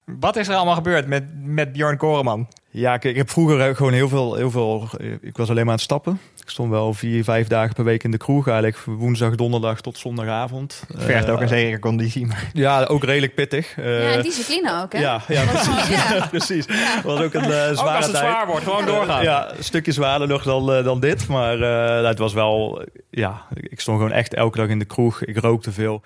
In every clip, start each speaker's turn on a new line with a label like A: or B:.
A: Wat is er allemaal gebeurd met Björn Koreman?
B: Ja, kijk, ik heb vroeger gewoon heel veel... Ik was alleen maar aan het stappen. Ik stond wel 4-5 dagen per week in de kroeg. Eigenlijk woensdag, donderdag tot zondagavond.
A: Vergt ook een zekere conditie. Maar...
B: Ja, ook redelijk pittig.
C: en discipline ook, hè?
B: Ja, precies. Ja. Precies. Dat was ook een zware tijd.
A: Ook als het zwaar wordt, gewoon doorgaan.
B: Ja, een stukje zwaarder nog dan dit. Maar het was wel... Ja, ik stond gewoon echt elke dag in de kroeg. Ik rookte veel.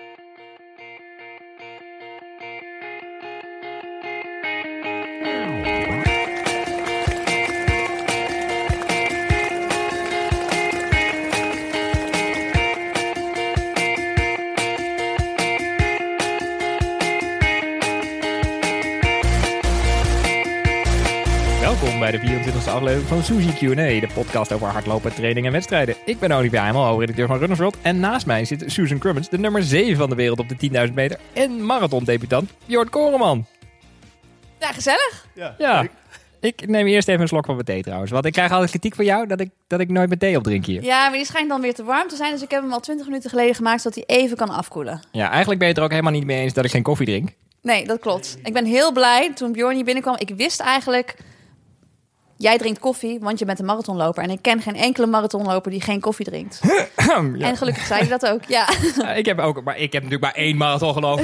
A: Welkom bij de 24e aflevering van Suzy Q&A, de podcast over hardlopen, training en wedstrijden. Ik ben Olivier Heimel, hoofdredacteur van Runners World. En naast mij zit Susan Crummins, de nummer 7 van de wereld op de 10.000 meter. En marathondebutant Björn Koreman.
C: Ja, gezellig.
A: Ja. Ik neem eerst even een slok van mijn thee trouwens. Want ik krijg altijd kritiek van jou dat ik nooit mijn thee opdrink hier.
C: Ja, maar die schijnt dan weer te warm te zijn. Dus ik heb hem al 20 minuten geleden gemaakt, zodat hij even kan afkoelen.
A: Ja, eigenlijk ben je het er ook helemaal niet mee eens dat ik geen koffie drink.
C: Nee, dat klopt. Ik ben heel blij toen Björn hier binnenkwam. Ik wist eigenlijk... Jij drinkt koffie, want je bent een marathonloper. En ik ken geen enkele marathonloper die geen koffie drinkt.
A: Ja.
C: En gelukkig zei je dat ook, ja.
A: Ik heb natuurlijk maar 1 marathon gelopen.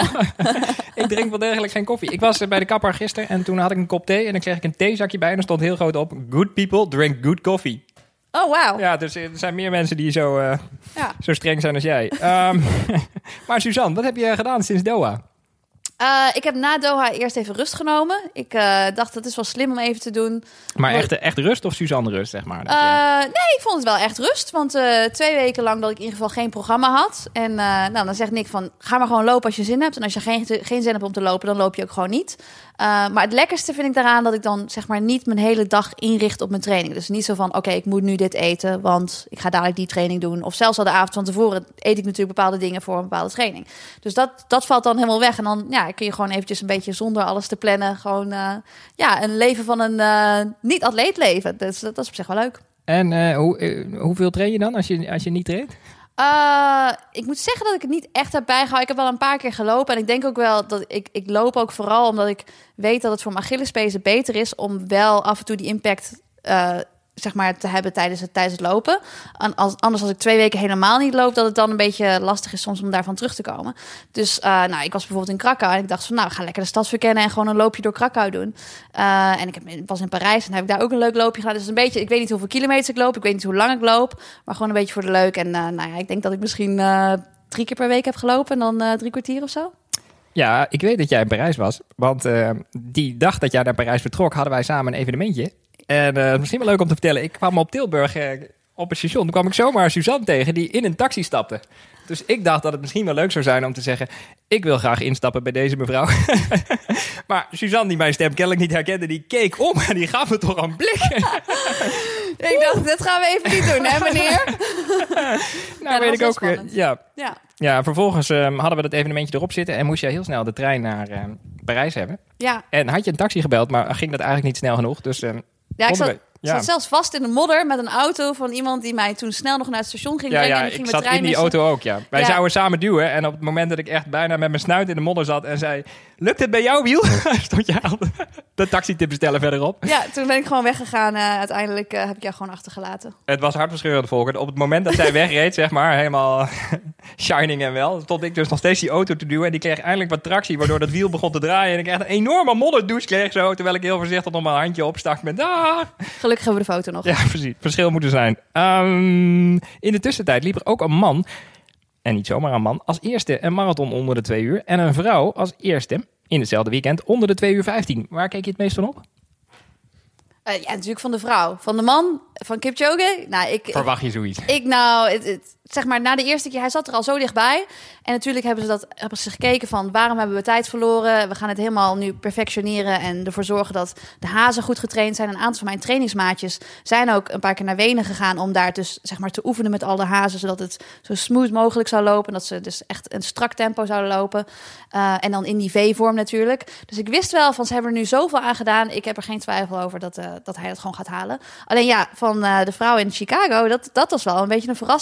A: Ik drink wel degelijk geen koffie. Ik was bij de kapper gisteren en toen had ik een kop thee. En dan kreeg ik een theezakje bij en er stond heel groot op... Good people drink good coffee.
C: Oh, wauw.
A: Ja, dus er zijn meer mensen die zo streng zijn als jij. Maar Suzanne, wat heb je gedaan sinds Doha?
C: Ik heb na Doha eerst even rust genomen. Ik dacht, dat is wel slim om even te doen.
A: Maar echt rust of Suzanne rust, zeg maar?
C: Nee, ik vond het wel echt rust. Want 2 weken lang dat ik in ieder geval geen programma had. En dan zegt Nick van, ga maar gewoon lopen als je zin hebt. En als je geen zin hebt om te lopen, dan loop je ook gewoon niet. Maar het lekkerste vind ik daaraan dat ik dan zeg maar niet mijn hele dag inricht op mijn training. Dus niet zo van, oké, ik moet nu dit eten, want ik ga dadelijk die training doen. Of zelfs al de avond van tevoren eet ik natuurlijk bepaalde dingen voor een bepaalde training. Dus dat valt dan helemaal weg. En dan kun je gewoon eventjes een beetje zonder alles te plannen gewoon een leven van een niet-atleet leven. Dus dat is op zich wel leuk.
A: En hoeveel train je dan als je niet traint?
C: Ik moet zeggen dat ik het niet echt heb bijgehouden. Ik heb wel een paar keer gelopen. En ik denk ook wel dat ik loop ook vooral omdat ik weet dat het voor mijn Achillespezen beter is om wel af en toe die impact zeg maar te hebben tijdens het lopen. Anders als ik 2 weken helemaal niet loop, dat het dan een beetje lastig is soms om daarvan terug te komen. Dus ik was bijvoorbeeld in Krakau en ik dacht van, ga lekker de stad verkennen en gewoon een loopje door Krakau doen. En ik was in Parijs en heb ik daar ook een leuk loopje gedaan. Dus een beetje, ik weet niet hoeveel kilometers ik loop, ik weet niet hoe lang ik loop, maar gewoon een beetje voor de leuk. En ik denk dat ik misschien 3 keer per week heb gelopen en dan 3 kwartier of zo.
A: Ja, ik weet dat jij in Parijs was, want die dag dat jij naar Parijs vertrok, hadden wij samen een evenementje. En misschien wel leuk om te vertellen. Ik kwam op Tilburg op een station. Toen kwam ik zomaar Suzanne tegen die in een taxi stapte. Dus ik dacht dat het misschien wel leuk zou zijn om te zeggen... ik wil graag instappen bij deze mevrouw. Maar Suzanne, die mijn stem kennelijk niet herkende... die keek om en die gaf me toch een blik.
C: Ik dacht, dat gaan we even niet doen, hè meneer?
A: Weet ik ook.
C: Ja,
A: vervolgens hadden we dat evenementje erop zitten... en moest jij heel snel de trein naar Parijs hebben.
C: Ja.
A: En had je een taxi gebeld, maar ging dat eigenlijk niet snel genoeg. Dus
C: ik zat zelfs vast in de modder met een auto van iemand die mij toen snel nog naar het station ging brengen. En
A: ik zat in die auto ook, ja. Wij zouden samen duwen. En op het moment dat ik echt bijna met mijn snuit in de modder zat en zei... Lukt het bij jou, Wiel? Stond jij al de taxi te bestellen verderop.
C: Ja, toen ben ik gewoon weggegaan. Uiteindelijk heb ik jou gewoon achtergelaten.
A: Het was hartverscheurend, Volker. Op het moment dat zij wegreed, zeg maar, helemaal shining en wel... stond ik dus nog steeds die auto te duwen. En die kreeg eindelijk wat tractie, waardoor dat wiel begon te draaien. En ik echt een enorme modderdouche kreeg zo... terwijl ik heel voorzichtig nog mijn handje opstak met...
C: Gelukkig hebben we de foto nog.
A: Ja, precies. Verschil moet er zijn. In de tussentijd liep er ook een man... en niet zomaar een man... als eerste een marathon onder de 2 uur... en een vrouw als eerste in hetzelfde weekend onder de 2 uur 15. Waar keek je het meest van op?
C: Natuurlijk van de vrouw. Van de man, van Kipchoge.
A: Verwacht je zoiets?
C: Zeg maar, na de eerste keer, hij zat er al zo dichtbij. En natuurlijk hebben ze gekeken van, waarom hebben we tijd verloren? We gaan het helemaal nu perfectioneren en ervoor zorgen dat de hazen goed getraind zijn. Een aantal van mijn trainingsmaatjes zijn ook een paar keer naar Wenen gegaan om daar dus, zeg maar, te oefenen met al de hazen, zodat het zo smooth mogelijk zou lopen. Dat ze dus echt een strak tempo zouden lopen. En dan in die V-vorm natuurlijk. Dus ik wist wel van, ze hebben er nu zoveel aan gedaan. Ik heb er geen twijfel over dat hij dat gewoon gaat halen. Alleen van de vrouw in Chicago, dat was wel een beetje een verrassing. Omdat het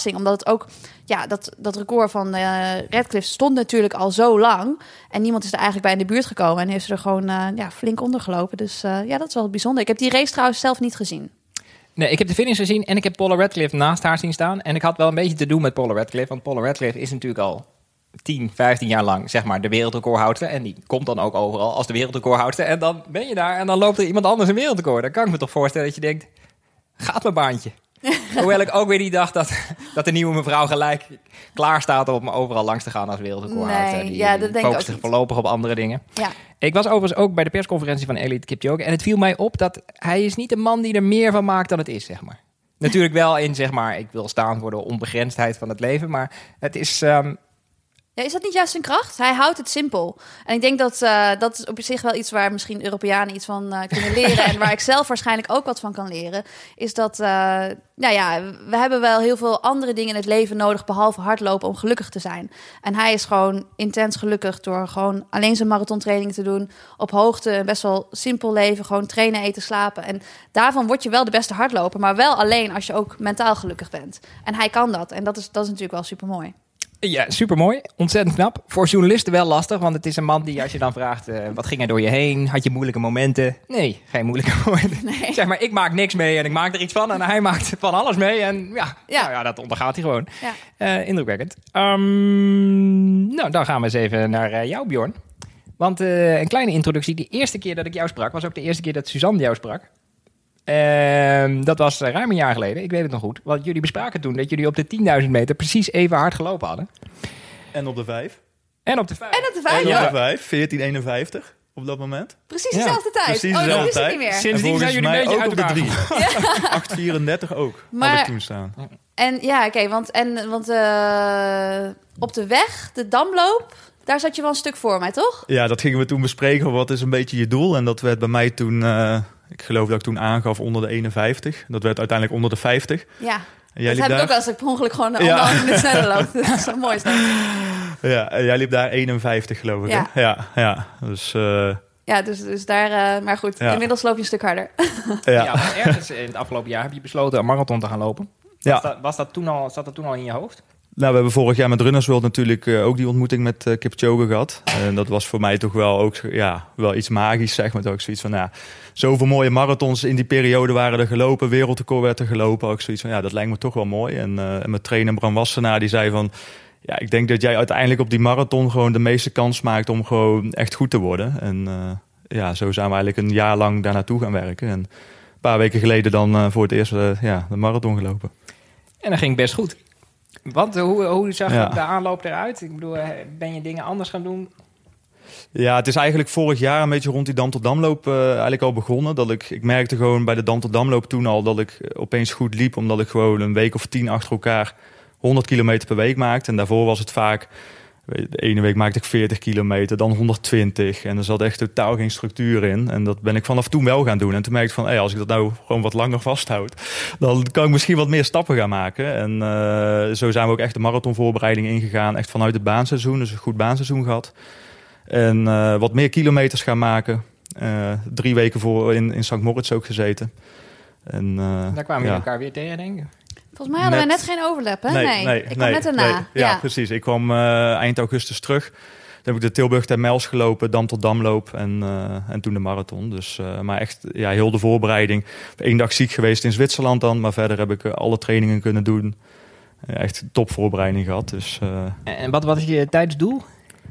C: ook dat record van Radcliffe stond natuurlijk al zo lang. En niemand is er eigenlijk bij in de buurt gekomen. En heeft ze er gewoon flink onder gelopen. Dus dat is wel bijzonder. Ik heb die race trouwens zelf niet gezien.
A: Nee, ik heb de finish gezien en ik heb Paula Radcliffe naast haar zien staan. En ik had wel een beetje te doen met Paula Radcliffe. Want Paula Radcliffe is natuurlijk al 10, 15 jaar lang, zeg maar, de wereldrecordhoudster. En die komt dan ook overal als de wereldrecordhoudster. En dan ben je daar en dan loopt er iemand anders een wereldrecord. Dan kan ik me toch voorstellen dat je denkt, gaat mijn baantje. Hoewel ik ook weer niet dacht dat de nieuwe mevrouw gelijk klaar staat om overal langs te gaan als wereldrecordhoudster.
C: Nee,
A: Die
C: dat denk ik ook
A: focust zich
C: niet.
A: voorlopig op andere dingen.
C: Ja.
A: Ik was overigens ook bij de persconferentie van Eliud Kipchoge. En het viel mij op dat hij is niet een man die er meer van maakt dan het is, zeg maar. Natuurlijk wel in, zeg maar, ik wil staan voor de onbegrensdheid van het leven. Maar het is...
C: Ja, is dat niet juist zijn kracht? Hij houdt het simpel. En ik denk dat is op zich wel iets waar misschien Europeanen iets van kunnen leren. En waar ik zelf waarschijnlijk ook wat van kan leren. Is dat, we hebben wel heel veel andere dingen in het leven nodig, behalve hardlopen, om gelukkig te zijn. En hij is gewoon intens gelukkig door gewoon alleen zijn marathontraining te doen. Op hoogte, een best wel simpel leven. Gewoon trainen, eten, slapen. En daarvan word je wel de beste hardloper. Maar wel alleen als je ook mentaal gelukkig bent. En hij kan dat. En dat is natuurlijk wel super mooi.
A: Ja, supermooi. Ontzettend knap. Voor journalisten wel lastig, want het is een man die, als je dan vraagt, wat ging er door je heen? Had je moeilijke momenten? Nee, geen moeilijke momenten.
C: Nee.
A: Zeg maar, ik maak niks mee en ik maak er iets van. En hij maakt van alles mee. En
C: Ja.
A: Nou, dat ondergaat hij gewoon.
C: Ja.
A: Indrukwekkend. Dan gaan we eens even naar jou, Bjorn. Want een kleine introductie. De eerste keer dat ik jou sprak, was ook de eerste keer dat Suzanne jou sprak. Dat was ruim een jaar geleden, ik weet het nog goed. Want jullie bespraken toen dat jullie op de 10.000 meter precies even hard gelopen hadden.
B: En op de 5.
A: En op de 5.
C: En op de vijf,
B: En
C: ja.
B: op de 5, 14:51 op dat moment.
C: Precies
A: Ja.
C: dezelfde tijd.
B: Precies
C: Dat
B: dezelfde
C: wist ik
B: tijd.
C: niet meer.
A: Sindsdien
B: En
A: zijn jullie een
B: volgens
A: beetje
B: mij
A: uit
B: ook op de
A: elkaar.
B: 3. 8:34 ook,
C: Maar-
B: had ik toen staan.
C: En ja, oké, want op de weg, de Damloop, daar zat je wel een stuk voor mij, toch?
B: Ja, dat gingen we toen bespreken. Wat is een beetje je doel? En dat werd bij mij toen, ik geloof dat ik toen aangaf onder de 51. Dat werd uiteindelijk onder de 50.
C: Ja.
B: En jij
C: Dat
B: liep
C: heb ik
B: daar,
C: ook wel als ik per ongeluk gewoon een
B: Ja.
C: anderhalve minuut sneller loop. Dat is zo mooi. Is dat?
B: ja, en jij liep daar 51, geloof ik.
C: Ja.
B: Hè? Ja. Dus
C: Ja, dus daar... maar goed,
B: Ja.
C: inmiddels loop je een stuk harder.
A: Ja,
B: ja.
A: maar ergens in het afgelopen jaar heb je besloten een marathon te gaan lopen.
B: Ja.
A: Zat dat toen al in je hoofd?
B: Nou, we hebben vorig jaar met Runners World natuurlijk ook die ontmoeting met Kipchoge gehad. En dat was voor mij toch wel ook wel iets magisch, zeg maar. Ook zoiets van, zoveel mooie marathons in die periode waren er gelopen. Wereldrecord werd er gelopen. Ook zoiets van, dat lijkt me toch wel mooi. En mijn trainer Bram Wassenaar, die zei van... Ja, ik denk dat jij uiteindelijk op die marathon gewoon de meeste kans maakt om gewoon echt goed te worden. En zo zijn we eigenlijk een jaar lang daar naartoe gaan werken. En een paar weken geleden dan voor het eerst de marathon gelopen.
A: En dat ging best goed. Want hoe zag
B: Ja.
A: de aanloop eruit? Ik bedoel, ben je dingen anders gaan doen?
B: Ja, het is eigenlijk vorig jaar een beetje rond die Dam tot Damloop eigenlijk al begonnen. Dat ik merkte gewoon bij de Dam tot Damloop toen al dat ik opeens goed liep. Omdat ik gewoon een week of 10 achter elkaar 100 kilometer per week maakte. En daarvoor was het vaak, de ene week maakte ik 40 kilometer, dan 120. En er zat echt totaal geen structuur in. En dat ben ik vanaf toen wel gaan doen. En toen merkte ik van, als ik dat nou gewoon wat langer vasthoud, dan kan ik misschien wat meer stappen gaan maken. En zo zijn we ook echt de marathonvoorbereiding ingegaan. Echt vanuit het baanseizoen, dus een goed baanseizoen gehad. En wat meer kilometers gaan maken. 3 weken voor in St. Moritz ook gezeten. En,
A: Daar kwamen jullie elkaar weer tegen, denk ik.
C: Volgens mij hadden we
B: Net.
C: net geen overlap, hè? Nee, ik kwam net daarna.
B: Nee. Ja, precies. Ik kwam eind augustus terug. Toen heb ik de Tilburg ten Mijls gelopen, Dam tot Damloop en toen de marathon. Dus, maar echt heel de voorbereiding. 1 dag ziek geweest in Zwitserland dan, maar verder heb ik alle trainingen kunnen doen. Echt topvoorbereiding gehad. Dus,
A: En wat is je tijdsdoel?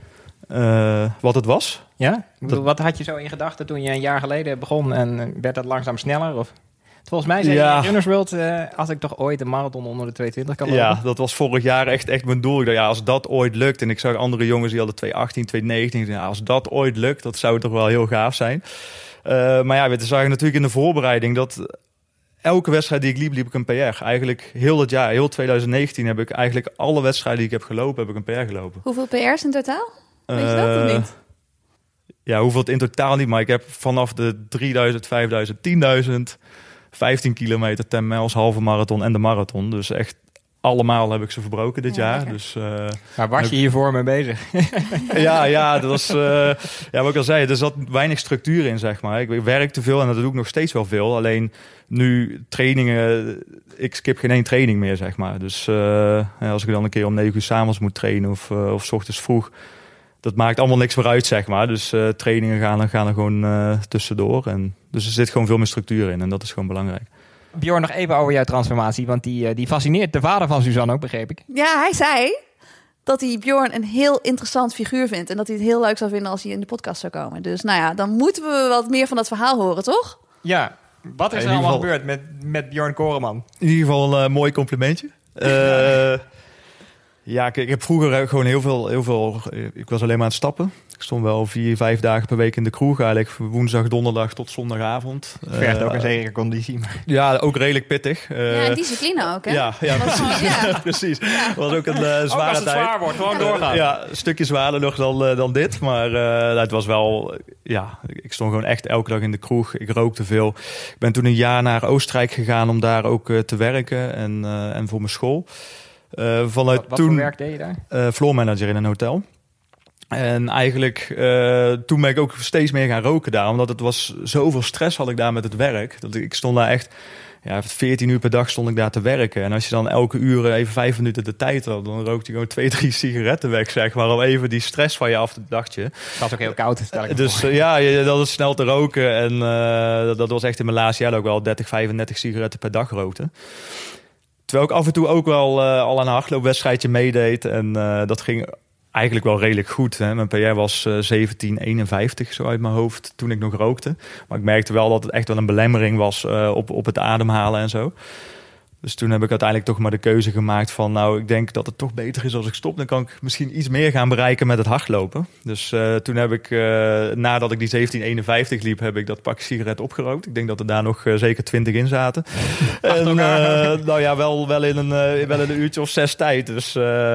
B: wat het was?
A: Ja? Ik bedoel, wat had je zo in gedachten toen je een jaar geleden begon en werd dat langzaam sneller? Of? Volgens mij zei je in Runners World, als ik toch ooit een marathon onder de 220 kan lopen.
B: Ja, dat was vorig jaar echt mijn doel. Ik dacht, als dat ooit lukt. En ik zag andere jongens die hadden 218, 219. Als dat ooit lukt, dat zou toch wel heel gaaf zijn. Maar we zagen natuurlijk in de voorbereiding dat elke wedstrijd die ik liep, liep ik een PR. Eigenlijk heel dat jaar, heel 2019 heb ik eigenlijk alle wedstrijden die ik heb gelopen, heb ik een PR gelopen.
C: Hoeveel PR's in totaal? Weet je dat of niet?
B: Ja, hoeveel het in totaal niet. Maar ik heb vanaf de 3000, 5000, 10.000... 15 kilometer, 10 mijls, halve marathon en de marathon. Dus echt allemaal heb ik ze verbroken dit jaar.
C: lekker.
B: Dus,
A: Maar was je hiervoor mee bezig?
B: ja, dat was... wat ik al zei, er zat weinig structuur in, zeg maar. Ik werk te veel en dat doe ik nog steeds wel veel. Alleen nu trainingen... Ik skip geen één training meer, zeg maar. Dus als ik dan een keer om 9 uur 's avonds moet trainen of 's ochtends vroeg... Dat maakt allemaal niks meer uit, zeg maar. Dus trainingen gaan er gewoon tussendoor. En, dus er zit gewoon veel meer structuur in. En dat is gewoon belangrijk.
A: Bjorn, nog even over jouw transformatie. Want die fascineert de vader van Suzanne ook, begreep ik.
C: Ja, hij zei dat hij Bjorn een heel interessant figuur vindt. En dat hij het heel leuk zou vinden als hij in de podcast zou komen. Dus nou ja, dan moeten we wat meer van dat verhaal horen, toch?
A: Ja, wat is er allemaal gebeurd met Bjorn Koreman?
B: In ieder geval een mooi complimentje. Ja, kijk, ik heb vroeger gewoon heel veel... Ik was alleen maar aan het stappen. Ik stond wel 4-5 dagen per week in de kroeg. Eigenlijk woensdag, donderdag tot zondagavond.
A: Vergt ook een zekere conditie.
B: Ja, ook redelijk pittig.
C: Ja, en discipline ook, hè?
B: Ja, precies. Het was ook een zware tijd.
A: Ook als het zwaar wordt, gewoon doorgaan.
B: Ja, een stukje zwaarder nog dan dit. Maar het was wel... Ja, ik stond gewoon echt elke dag in de kroeg. Ik rookte veel. Ik ben toen een jaar naar Oostenrijk gegaan om daar ook te werken. En voor mijn school. Wat
A: voor werk deed je daar?
B: Floor manager in een hotel. En eigenlijk toen ben ik ook steeds meer gaan roken daar. Omdat het was zoveel stress had ik daar met het werk. Dat ik stond daar echt 14 uur per dag stond ik daar te werken. En als je dan elke uur even 5 minuten de tijd had... dan rookte je gewoon 2-3 sigaretten weg, zeg maar. Om even die stress van je af te dachtje.
A: Het was ook heel koud, stel ik
B: Dus dat is snel te roken. En dat was echt in mijn laatste jaar ook wel 30, 35 sigaretten per dag rookte. Terwijl ik af en toe ook wel al aan een hardloopwedstrijdje meedeed. En dat ging eigenlijk wel redelijk goed. Hè. Mijn PR was 17,51 zo uit mijn hoofd toen ik nog rookte. Maar ik merkte wel dat het echt wel een belemmering was op het ademhalen en zo. Dus toen heb ik uiteindelijk toch maar de keuze gemaakt van... nou, ik denk dat het toch beter is als ik stop. Dan kan ik misschien iets meer gaan bereiken met het hardlopen. Dus toen heb ik, nadat ik die 1751 liep... heb ik dat pakje sigaret opgerookt. Ik denk dat er daar nog zeker 20 in zaten. En wel in een uurtje of 6 tijd. Dus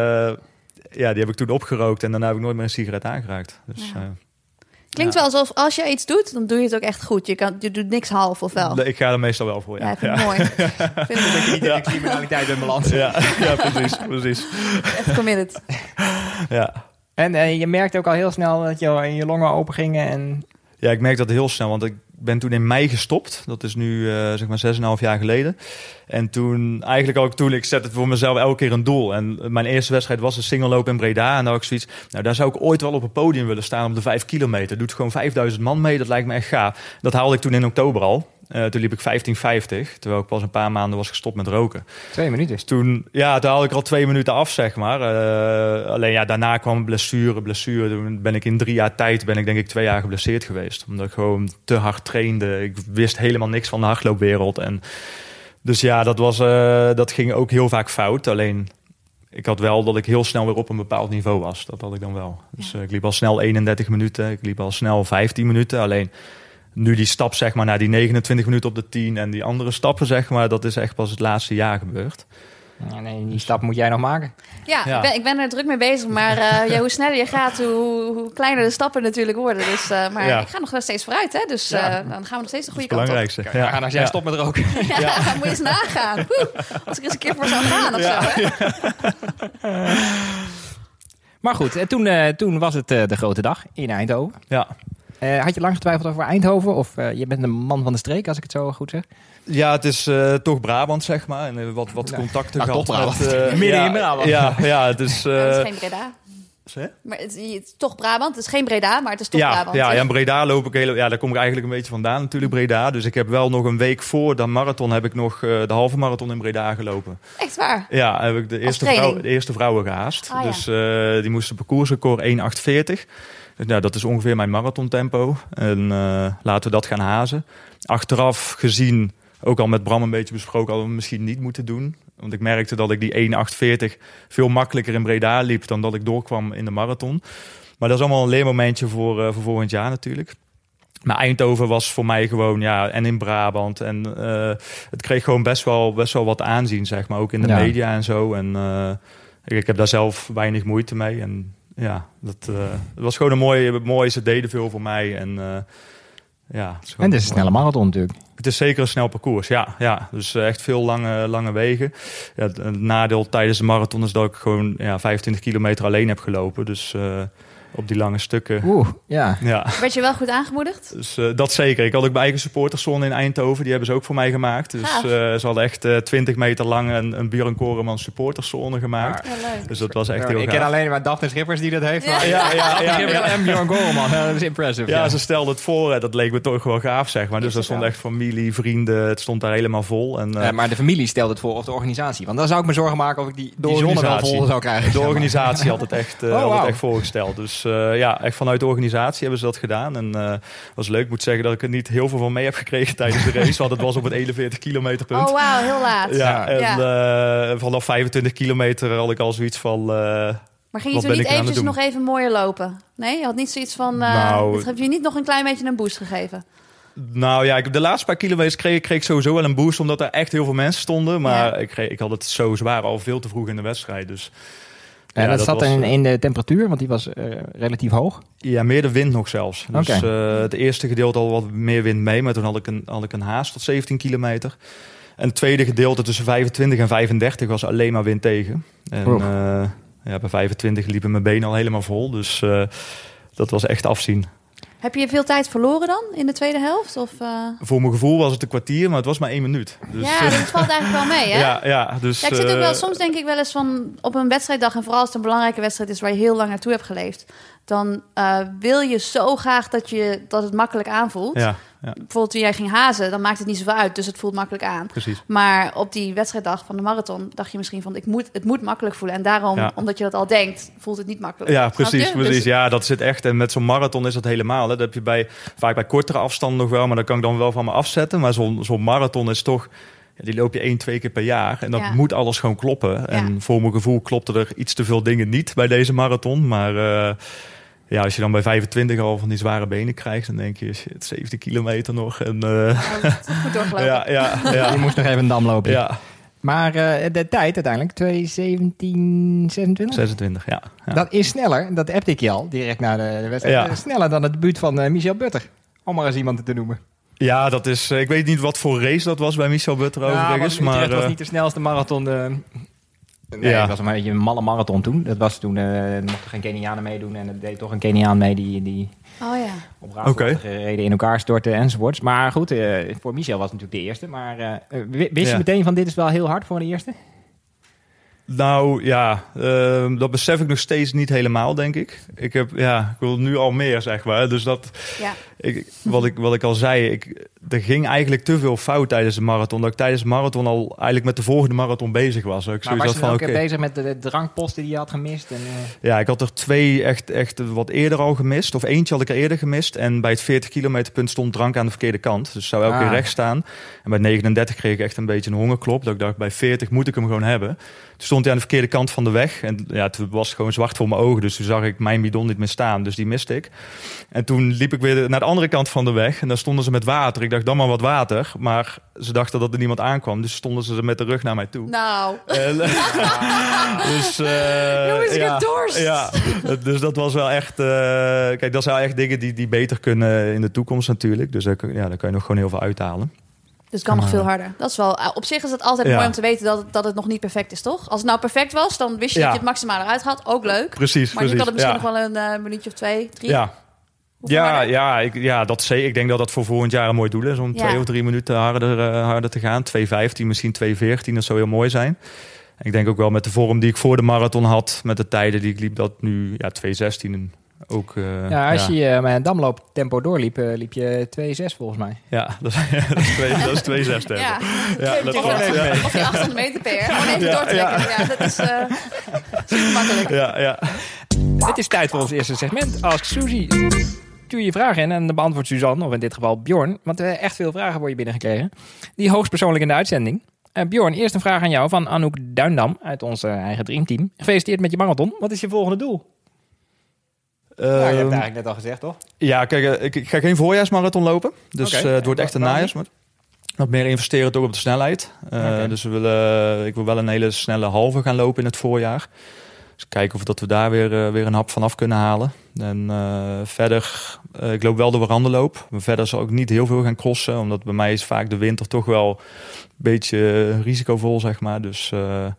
B: die heb ik toen opgerookt. En daarna heb ik nooit meer een sigaret aangeraakt. Dus...
C: Ja. Klinkt wel alsof als je iets doet, dan doe je het ook echt goed. Je doet niks half of wel.
B: Ik ga er meestal wel voor, ja.
C: Ja, vind ik mooi.
A: Dat je niet in de criminaliteit bent beland.
B: Ja, precies.
C: Echt committed.
B: Ja.
A: En je merkte ook al heel snel dat je longen open gingen. En...
B: Ja, ik merk dat heel snel, want ik ben toen in mei gestopt. Dat is nu zeg maar 6,5 jaar geleden. En toen, ik zet het voor mezelf elke keer een doel. En mijn eerste wedstrijd was een singelloop in Breda. En daar had ik zoiets, daar zou ik ooit wel op een podium willen staan op de 5 kilometer. Doet gewoon 5000 man mee, dat lijkt me echt gaaf. Dat haalde ik toen in oktober al. Toen liep ik 15,50, terwijl ik pas een paar maanden was gestopt met roken.
A: 2 minuten?
B: Dus toen haalde ik al 2 minuten af, zeg maar. Alleen daarna kwam blessure. Toen ben ik in 3 jaar tijd, denk ik 2 jaar geblesseerd geweest. Omdat ik gewoon te hard trainde. Ik wist helemaal niks van de hardloopwereld. En dus dat ging ook heel vaak fout. Alleen, ik had wel dat ik heel snel weer op een bepaald niveau was. Dat had ik dan wel. Dus ik liep al snel 31 minuten. Ik liep al snel 15 minuten. Alleen... Nu die stap, zeg maar, naar die 29 minuten op de 10 en die andere stappen, zeg maar, dat is echt pas het laatste jaar gebeurd.
A: Nee, die stap moet jij nog maken.
C: Ja. Ik ben er druk mee bezig, maar hoe sneller je gaat, hoe kleiner de stappen natuurlijk worden. Dus, ik ga nog wel steeds vooruit, hè? Dus dan gaan we nog steeds de goede kant op.
B: Belangrijkste.
A: Ja. En als jij stopt met roken.
C: Moet je eens nagaan. Als ik eens een keer voor zou gaan of zo, hè?
A: Maar goed, toen was het de grote dag in Eindhoven.
B: Ja.
A: Had je lang getwijfeld over Eindhoven? Of je bent een man van de streek, als ik het zo goed zeg?
B: Ja, het is toch Brabant, zeg maar. En wat contacten gehad met...
A: Midden in Brabant.
B: Ja, het is...
C: Het is geen Breda. Maar het is toch Brabant. Het is geen Breda, maar het is toch Brabant.
B: Ja, in Breda loop ik daar kom ik eigenlijk een beetje vandaan natuurlijk, Breda. Dus ik heb wel nog een week voor de marathon heb ik nog de halve marathon in Breda gelopen.
C: Echt waar?
B: Ja, heb ik de eerste vrouwen gehaast. Dus die moesten parcoursrecord 1,48. Dus dat is ongeveer mijn marathontempo. En laten we dat gaan hazen. Achteraf gezien, ook al met Bram een beetje besproken, hadden we misschien niet moeten doen. Want ik merkte dat ik die 1,48 veel makkelijker in Breda liep dan dat ik doorkwam in de marathon. Maar dat is allemaal een leermomentje voor volgend jaar natuurlijk. Maar Eindhoven was voor mij gewoon, en in Brabant. En het kreeg gewoon best wel wat aanzien, zeg maar. Ook in de media en zo. En ik heb daar zelf weinig moeite mee. En het was gewoon een mooie, ze deden veel voor mij. En ja,
A: En het is een snelle marathon natuurlijk.
B: Het is zeker een snel parcours, ja. Dus echt veel lange wegen. Ja, het nadeel tijdens de marathon is dat ik gewoon 25 kilometer alleen heb gelopen. Dus op die lange stukken.
A: Ja.
C: Werd je wel goed aangemoedigd?
B: Dus dat zeker. Ik had ook mijn eigen supporterzone in Eindhoven. Die hebben ze ook voor mij gemaakt. Dus ze hadden echt 20 meter lang een Björn Koreman supporterzone gemaakt.
C: Ja, leuk.
B: Dus dat was echt heel
A: Ik
B: gaaf.
A: ken alleen maar Daphne Schippers die dat heeft. Maar
B: Ja.
A: en Björn Koreman. Dat is impressive.
B: Ja, ze stelden het voor. En dat leek me toch wel gaaf, zeg maar. Dus dat stond echt familie, vrienden. Het stond daar helemaal vol. En,
A: maar de familie stelde het voor of de organisatie. Want dan zou ik me zorgen maken of ik die zone wel vol zou krijgen.
B: De organisatie had het echt, echt voorgesteld. Dus echt vanuit de organisatie hebben ze dat gedaan. En was leuk. Ik moet zeggen dat ik er niet heel veel van mee heb gekregen tijdens de race. Want het was op het 41 kilometer punt.
C: Oh, wauw, heel laat.
B: Ja, en vanaf 25 kilometer had ik al zoiets van...
C: Maar ging je toen niet eventjes nog even mooier lopen? Nee, je had niet zoiets van... het heb je niet nog een klein beetje een boost gegeven?
B: Nou ja, ik heb de laatste paar kilometers kreeg ik sowieso wel een boost. Omdat er echt heel veel mensen stonden. Maar ik had het zo zwaar al veel te vroeg in de wedstrijd. Dus...
A: En dat zat in de temperatuur, want die was relatief hoog?
B: Ja, meer de wind nog zelfs. Dus het eerste gedeelte al wat meer wind mee, maar toen had ik een haast tot 17 kilometer. En het tweede gedeelte tussen 25 en 35 was alleen maar wind tegen. En bij 25 liepen mijn benen al helemaal vol, dus dat was echt afzien.
C: Heb je veel tijd verloren dan in de tweede helft? Of,
B: Voor mijn gevoel was het een kwartier, maar het was maar 1 minuut. Dus,
C: ja, dat valt eigenlijk wel mee, hè?
B: Dus,
C: ik zit ook wel, soms denk ik wel eens van op een wedstrijddag, en vooral als het een belangrijke wedstrijd is waar je heel lang naartoe hebt geleefd, dan wil je zo graag dat het makkelijk aanvoelt. Ja. Bijvoorbeeld toen jij ging hazen, dan maakt het niet zoveel uit, dus het voelt makkelijk aan.
B: Precies.
C: Maar op die wedstrijddag van de marathon dacht je misschien van het moet makkelijk voelen. En daarom, omdat je dat al denkt, voelt het niet makkelijk.
B: Ja, precies.
C: Dus...
B: Ja, dat zit echt. En met zo'n marathon is dat helemaal. Hè. Dat heb je vaak bij kortere afstanden nog wel, maar dat kan ik dan wel van me afzetten. Maar zo'n marathon is toch... Ja, die loop je 1-2 keer per jaar. En dan moet alles gewoon kloppen. En voor mijn gevoel klopte er iets te veel dingen niet bij deze marathon. Maar... als je dan bij 25 al van die zware benen krijgt, dan denk je, shit, 17 kilometer nog. En,
C: goed doorgelopen.
B: Ja.
A: Je moest nog even een dam lopen.
B: Ja.
A: Maar de tijd uiteindelijk, 2:17:26?
B: 26, ja.
A: Dat is sneller, dat appte ik je al direct na de wedstrijd.
B: Ja.
A: Sneller dan het debuut van Michel Butter. Om maar eens iemand te noemen.
B: Ja, dat is... ik weet niet wat voor race dat was bij Michel Butter overigens. Maar
A: het was niet de snelste marathon... Nee, het was een beetje een malle marathon toen. Dat was toen mochten geen Kenianen meedoen. En er deed toch een Keniaan mee die op raadslot gereden in elkaar stortte enzovoorts. Maar goed, voor Michel was het natuurlijk de eerste. Maar wist je meteen van dit is wel heel hard voor de eerste? Nou
B: ja, dat besef ik nog steeds niet helemaal, denk ik. Ik wil nu al meer, zeg maar. Dus dat, wat ik al zei, er ging eigenlijk te veel fout tijdens de marathon. Dat ik tijdens de marathon al eigenlijk met de volgende marathon bezig was.
A: Maar was je dan ook bezig met de drankposten die je had gemist? En,
B: Ja, ik had er 2 echt wat eerder al gemist. Of eentje had ik er eerder gemist. En bij het 40 kilometer punt stond drank aan de verkeerde kant. Dus zou elke keer rechts staan. En bij 39 kreeg ik echt een beetje een hongerklop. Dat ik dacht, bij 40 moet ik hem gewoon hebben. Toen stond hij aan de verkeerde kant van de weg. En het was gewoon zwart voor mijn ogen. Dus toen zag ik mijn bidon niet meer staan. Dus die miste ik. En toen liep ik weer naar de andere kant van de weg. En daar stonden ze met water. Ik dacht, dan maar wat water. Maar ze dachten dat er niemand aankwam. Dus stonden ze met de rug naar mij toe.
C: Nou.
B: Dus,
C: jongens, ik heb dorst.
B: Ja, dus dat was wel echt... kijk, dat zijn echt dingen die beter kunnen in de toekomst natuurlijk. Dus daar kan je nog gewoon heel veel uithalen.
C: Dus het kan nog veel harder. Dat is wel, op zich is het altijd mooi om te weten dat het nog niet perfect is, toch? Als het nou perfect was, dan wist je dat je het maximaal eruit had. Ook leuk.
B: Precies.
C: Maar je kan het misschien nog wel een minuutje of 2, 3.
B: Dat ik denk dat voor volgend jaar een mooi doel is om 2 of 3 minuten harder te gaan. 2:15, misschien 2:14, dat zou heel mooi zijn. En ik denk ook wel met de vorm die ik voor de marathon had, met de tijden die ik liep, dat nu 2:16 ook...
A: als je met een damlooptempo doorliep, liep je 2:06 volgens mij.
B: Ja, dat is 2:06.
C: Ja, dat of die 800 meter per. Gewoon even doortrekken. Ja, dat is super makkelijk.
B: Ja.
A: Het is tijd voor ons eerste segment. Ask Suzy. Stuur je vragen in en dan beantwoordt Suzanne, of in dit geval Bjorn. Want echt veel vragen worden je binnengekregen. Die hoogstpersoonlijk in de uitzending. Bjorn, eerst een vraag aan jou van Anouk Duindam uit ons eigen Dreamteam. Gefeliciteerd met je marathon. Wat is je volgende doel? Je hebt het eigenlijk net al gezegd, toch?
B: Ja, kijk, ik ga geen voorjaarsmarathon lopen. Dus het wordt echt een najaarsmarathon. Wat meer investeren toch op de snelheid. Dus ik wil wel een hele snelle halve gaan lopen in het voorjaar. Dus kijken of dat we daar weer een hap van af kunnen halen. En verder, ik loop wel de warandenloop. Verder zal ik niet heel veel gaan crossen. Omdat bij mij is vaak de winter toch wel een beetje risicovol, zeg maar. Dus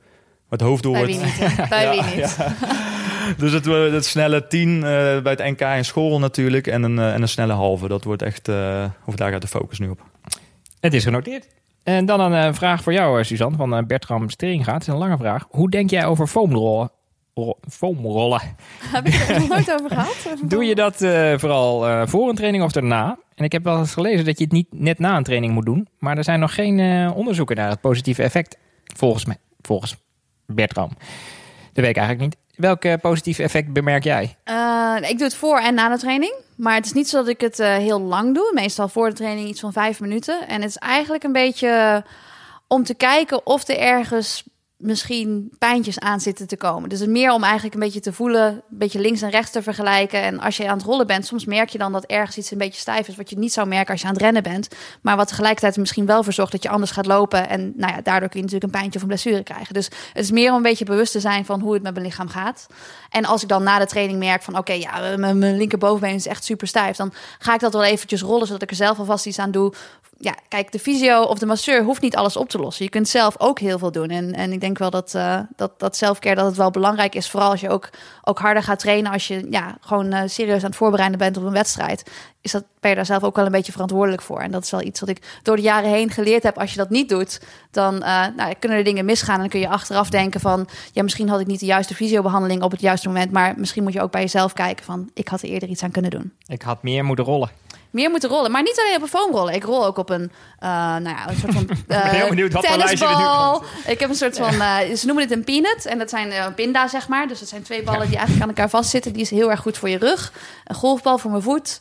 B: het hoofddoel
C: Bij
B: wordt...
C: wie niet, hè? Bij wie niet.
B: Ja. Dus het snelle 10 bij het NK in school natuurlijk. En een snelle halve. Dat wordt echt... of daar gaat de focus nu op.
A: Het is genoteerd. En dan een vraag voor jou, Suzanne, van Bertram Steringa. Het is een lange vraag. Hoe denk jij over foamrollen? Foamrollen.
C: Heb ik het er nog nooit over gehad?
A: Doe je dat vooral voor een training of daarna? En ik heb wel eens gelezen dat je het niet net na een training moet doen. Maar er zijn nog geen onderzoeken naar het positieve effect. Volgens Bertram. Dat weet ik eigenlijk niet. Welk positief effect bemerk jij?
C: Ik doe het voor en na de training. Maar het is niet zo dat ik het heel lang doe. Meestal voor de training iets van 5 minuten. En het is eigenlijk een beetje om te kijken of er ergens misschien pijntjes aan zitten te komen. Dus het meer om eigenlijk een beetje te voelen, een beetje links en rechts te vergelijken. En als je aan het rollen bent, soms merk je dan dat ergens iets een beetje stijf is, wat je niet zou merken als je aan het rennen bent. Maar wat tegelijkertijd misschien wel voor zorgt dat je anders gaat lopen. En nou ja, daardoor kun je natuurlijk een pijntje of een blessure krijgen. Dus het is meer om een beetje bewust te zijn van hoe het met mijn lichaam gaat. En als ik dan na de training merk van oké, mijn linkerbovenbeen is echt super stijf, dan ga ik dat wel eventjes rollen, zodat ik er zelf alvast iets aan doe. Ja, kijk, de fysio of de masseur hoeft niet alles op te lossen. Je kunt zelf ook heel veel doen. En ik denk wel dat selfcare dat het wel belangrijk is. Vooral als je ook harder gaat trainen. Als je gewoon serieus aan het voorbereiden bent op een wedstrijd. Ben je daar zelf ook wel een beetje verantwoordelijk voor. En dat is wel iets wat ik door de jaren heen geleerd heb. Als je dat niet doet, dan kunnen er dingen misgaan. En dan kun je achteraf denken van, ja, misschien had ik niet de juiste fysiobehandeling op het juiste moment. Maar misschien moet je ook bij jezelf kijken van, ik had er eerder iets aan kunnen doen.
A: Ik had meer moeten rollen.
C: Meer moeten rollen, maar niet alleen op een foamrollen. Ik rol ook op een soort van
A: heel benieuwd wat voor lijstje er nu
C: tennisbal.
A: komt.
C: Ik heb een soort van, ze noemen het een peanut. En dat zijn pinda, zeg maar. Dus dat zijn 2 ballen die eigenlijk aan elkaar vastzitten. Die is heel erg goed voor je rug. Een golfbal voor mijn voet.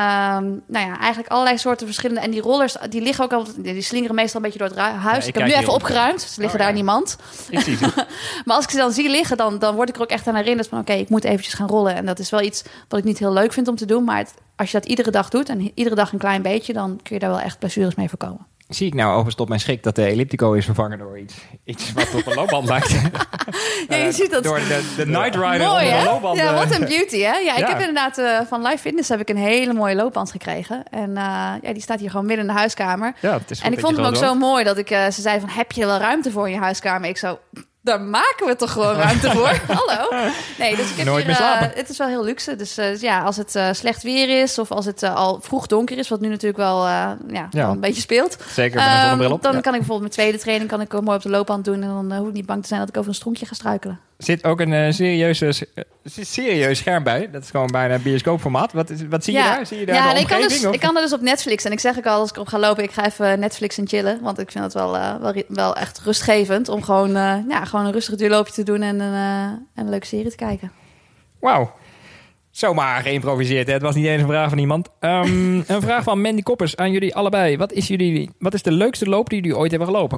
C: Eigenlijk allerlei soorten verschillende. En die rollers, die liggen ook altijd, die slingeren meestal een beetje door het huis.
A: Ja,
C: ik heb nu even opgeruimd. Ze liggen daar
A: ja.
C: niemand.
A: Ik zie ze.
C: Maar als ik ze dan zie liggen, dan word ik er ook echt aan herinnerd van oké, ik moet eventjes gaan rollen. En dat is wel iets wat ik niet heel leuk vind om te doen. Maar als je dat iedere dag doet en iedere dag een klein beetje, dan kun je daar wel echt blessures mee voorkomen.
A: Zie ik nou overigens tot mijn schrik dat de elliptico is vervangen door iets wat op een loopband lijkt.
C: Ja, je ziet dat.
A: Door de Night Rider
C: Mooi,
A: onder
C: hè?
A: de loopband.
C: Ja, wat een beauty, hè? Ja, ik
A: Ja.
C: heb inderdaad van Live Fitness heb ik een hele mooie loopband gekregen. En die staat hier gewoon midden in de huiskamer.
A: Ja, het is goed
C: En ik
A: dat
C: vond
A: je
C: hem ook
A: groot
C: zo mooi dat ze zeiden van, heb je wel ruimte voor in je huiskamer? Ik zo, daar maken we toch gewoon ruimte voor? Hallo? Nee, dus ik heb
A: Nooit
C: hier,
A: meer slapen.
C: het is wel heel luxe. Dus als het slecht weer is of als het al vroeg donker is, wat nu natuurlijk wel wel een beetje speelt.
A: Zeker met een zonnebril op.
C: Dan
A: Ja.
C: kan ik bijvoorbeeld mijn tweede training mooi op de loopband doen. En dan hoef ik niet bang te zijn dat ik over een stronkje ga struikelen.
A: Zit ook een serieus scherm bij. Dat is gewoon bijna een bioscoopformaat. Wat zie je daar? Zie je daar de omgeving?
C: Ik kan er dus op Netflix. En ik zeg ook al, als ik op ga lopen, ik ga even Netflix en chillen. Want ik vind het wel echt rustgevend om gewoon een rustig duurloopje te doen en een leuke serie te kijken.
A: Wauw. Zomaar geïmproviseerd. Hè? Het was niet eens een vraag van iemand. Een vraag van Mandy Koppers aan jullie allebei. Wat is de leukste loop die jullie ooit hebben gelopen?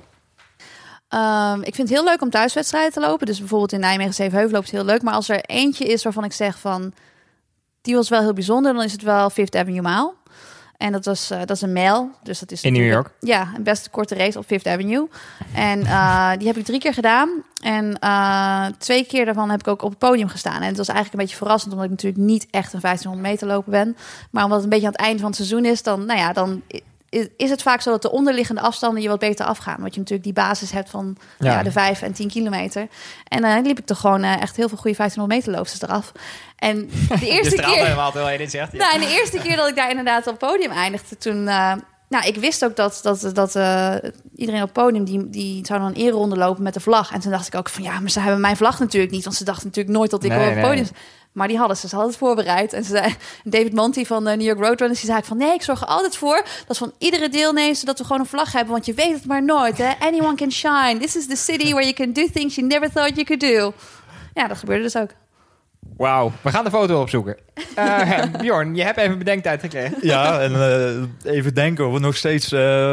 C: Ik vind het heel leuk om thuiswedstrijden te lopen. Dus bijvoorbeeld in Nijmegen Zevenheuvel loopt het heel leuk. Maar als er eentje is waarvan ik zeg van, die was wel heel bijzonder, dan is het wel Fifth Avenue Mile. En dat is een mijl. Dus dat is
A: in New York?
C: Ja, een best korte race op Fifth Avenue. En die heb ik 3 keer gedaan. En 2 keer daarvan heb ik ook op het podium gestaan. En het was eigenlijk een beetje verrassend, omdat ik natuurlijk niet echt een 1500 meter loper ben. Maar omdat het een beetje aan het einde van het seizoen is, dan is het vaak zo dat de onderliggende afstanden je wat beter afgaan. Want je natuurlijk die basis hebt van de 5 en 10 kilometer. En dan liep ik toch gewoon echt heel veel goede 1500 meter loopsters eraf. En de eerste keer...
A: helemaal terwijl je dit zegt. Ja.
C: En de eerste keer dat ik daar inderdaad op het podium eindigde, toen... ik wist ook dat iedereen op het podium, die zou dan een ereronde lopen met de vlag. En toen dacht ik ook van, ja, maar ze hebben mijn vlag natuurlijk niet. Want ze dachten natuurlijk nooit dat ik op het podium... Maar die hadden ze hadden het voorbereid. En ze zei, David Monty van de New York Roadrunners, die zei van, nee, ik zorg er altijd voor dat van iedere deelnemer dat we gewoon een vlag hebben. Want je weet het maar nooit, hè. Anyone can shine. This is the city where you can do things you never thought you could do. Ja, dat gebeurde dus ook.
A: Wauw, we gaan de foto opzoeken. Bjorn, je hebt even bedenktijd gekregen.
B: Ja, en even denken of nog steeds...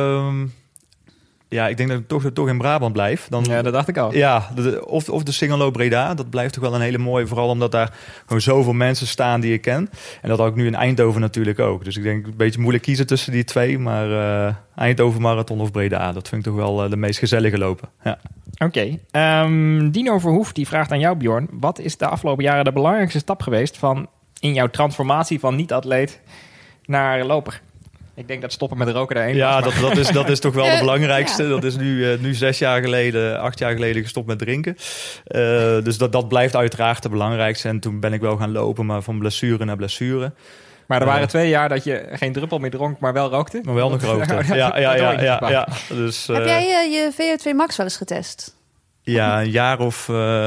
B: ik denk dat ik toch in Brabant blijf.
A: Ja, dat dacht ik al.
B: Ja, of de Singelloop Breda. Dat blijft toch wel een hele mooie. Vooral omdat daar gewoon zoveel mensen staan die ik ken. En dat had ik nu in Eindhoven natuurlijk ook. Dus ik denk een beetje moeilijk kiezen tussen die twee. Maar Eindhoven Marathon of Breda. Dat vind ik toch wel de meest gezellige lopen. Ja.
A: Oké. Dino Verhoef die vraagt aan jou, Bjorn. Wat is de afgelopen jaren de belangrijkste stap geweest in jouw transformatie van niet-atleet naar loper? Ik denk dat stoppen met roken daar één
B: Ja,
A: was,
B: dat is toch wel de belangrijkste.
C: Ja.
B: Dat is nu 8 jaar geleden gestopt met drinken. Dus dat blijft uiteraard de belangrijkste. En toen ben ik wel gaan lopen, maar van blessure naar blessure.
A: Maar er waren 2 jaar dat je geen druppel meer dronk, maar wel rookte.
B: Maar wel nog rookte. Ja. Dus,
C: Heb jij je VO2 max wel eens getest?
B: Ja, een jaar of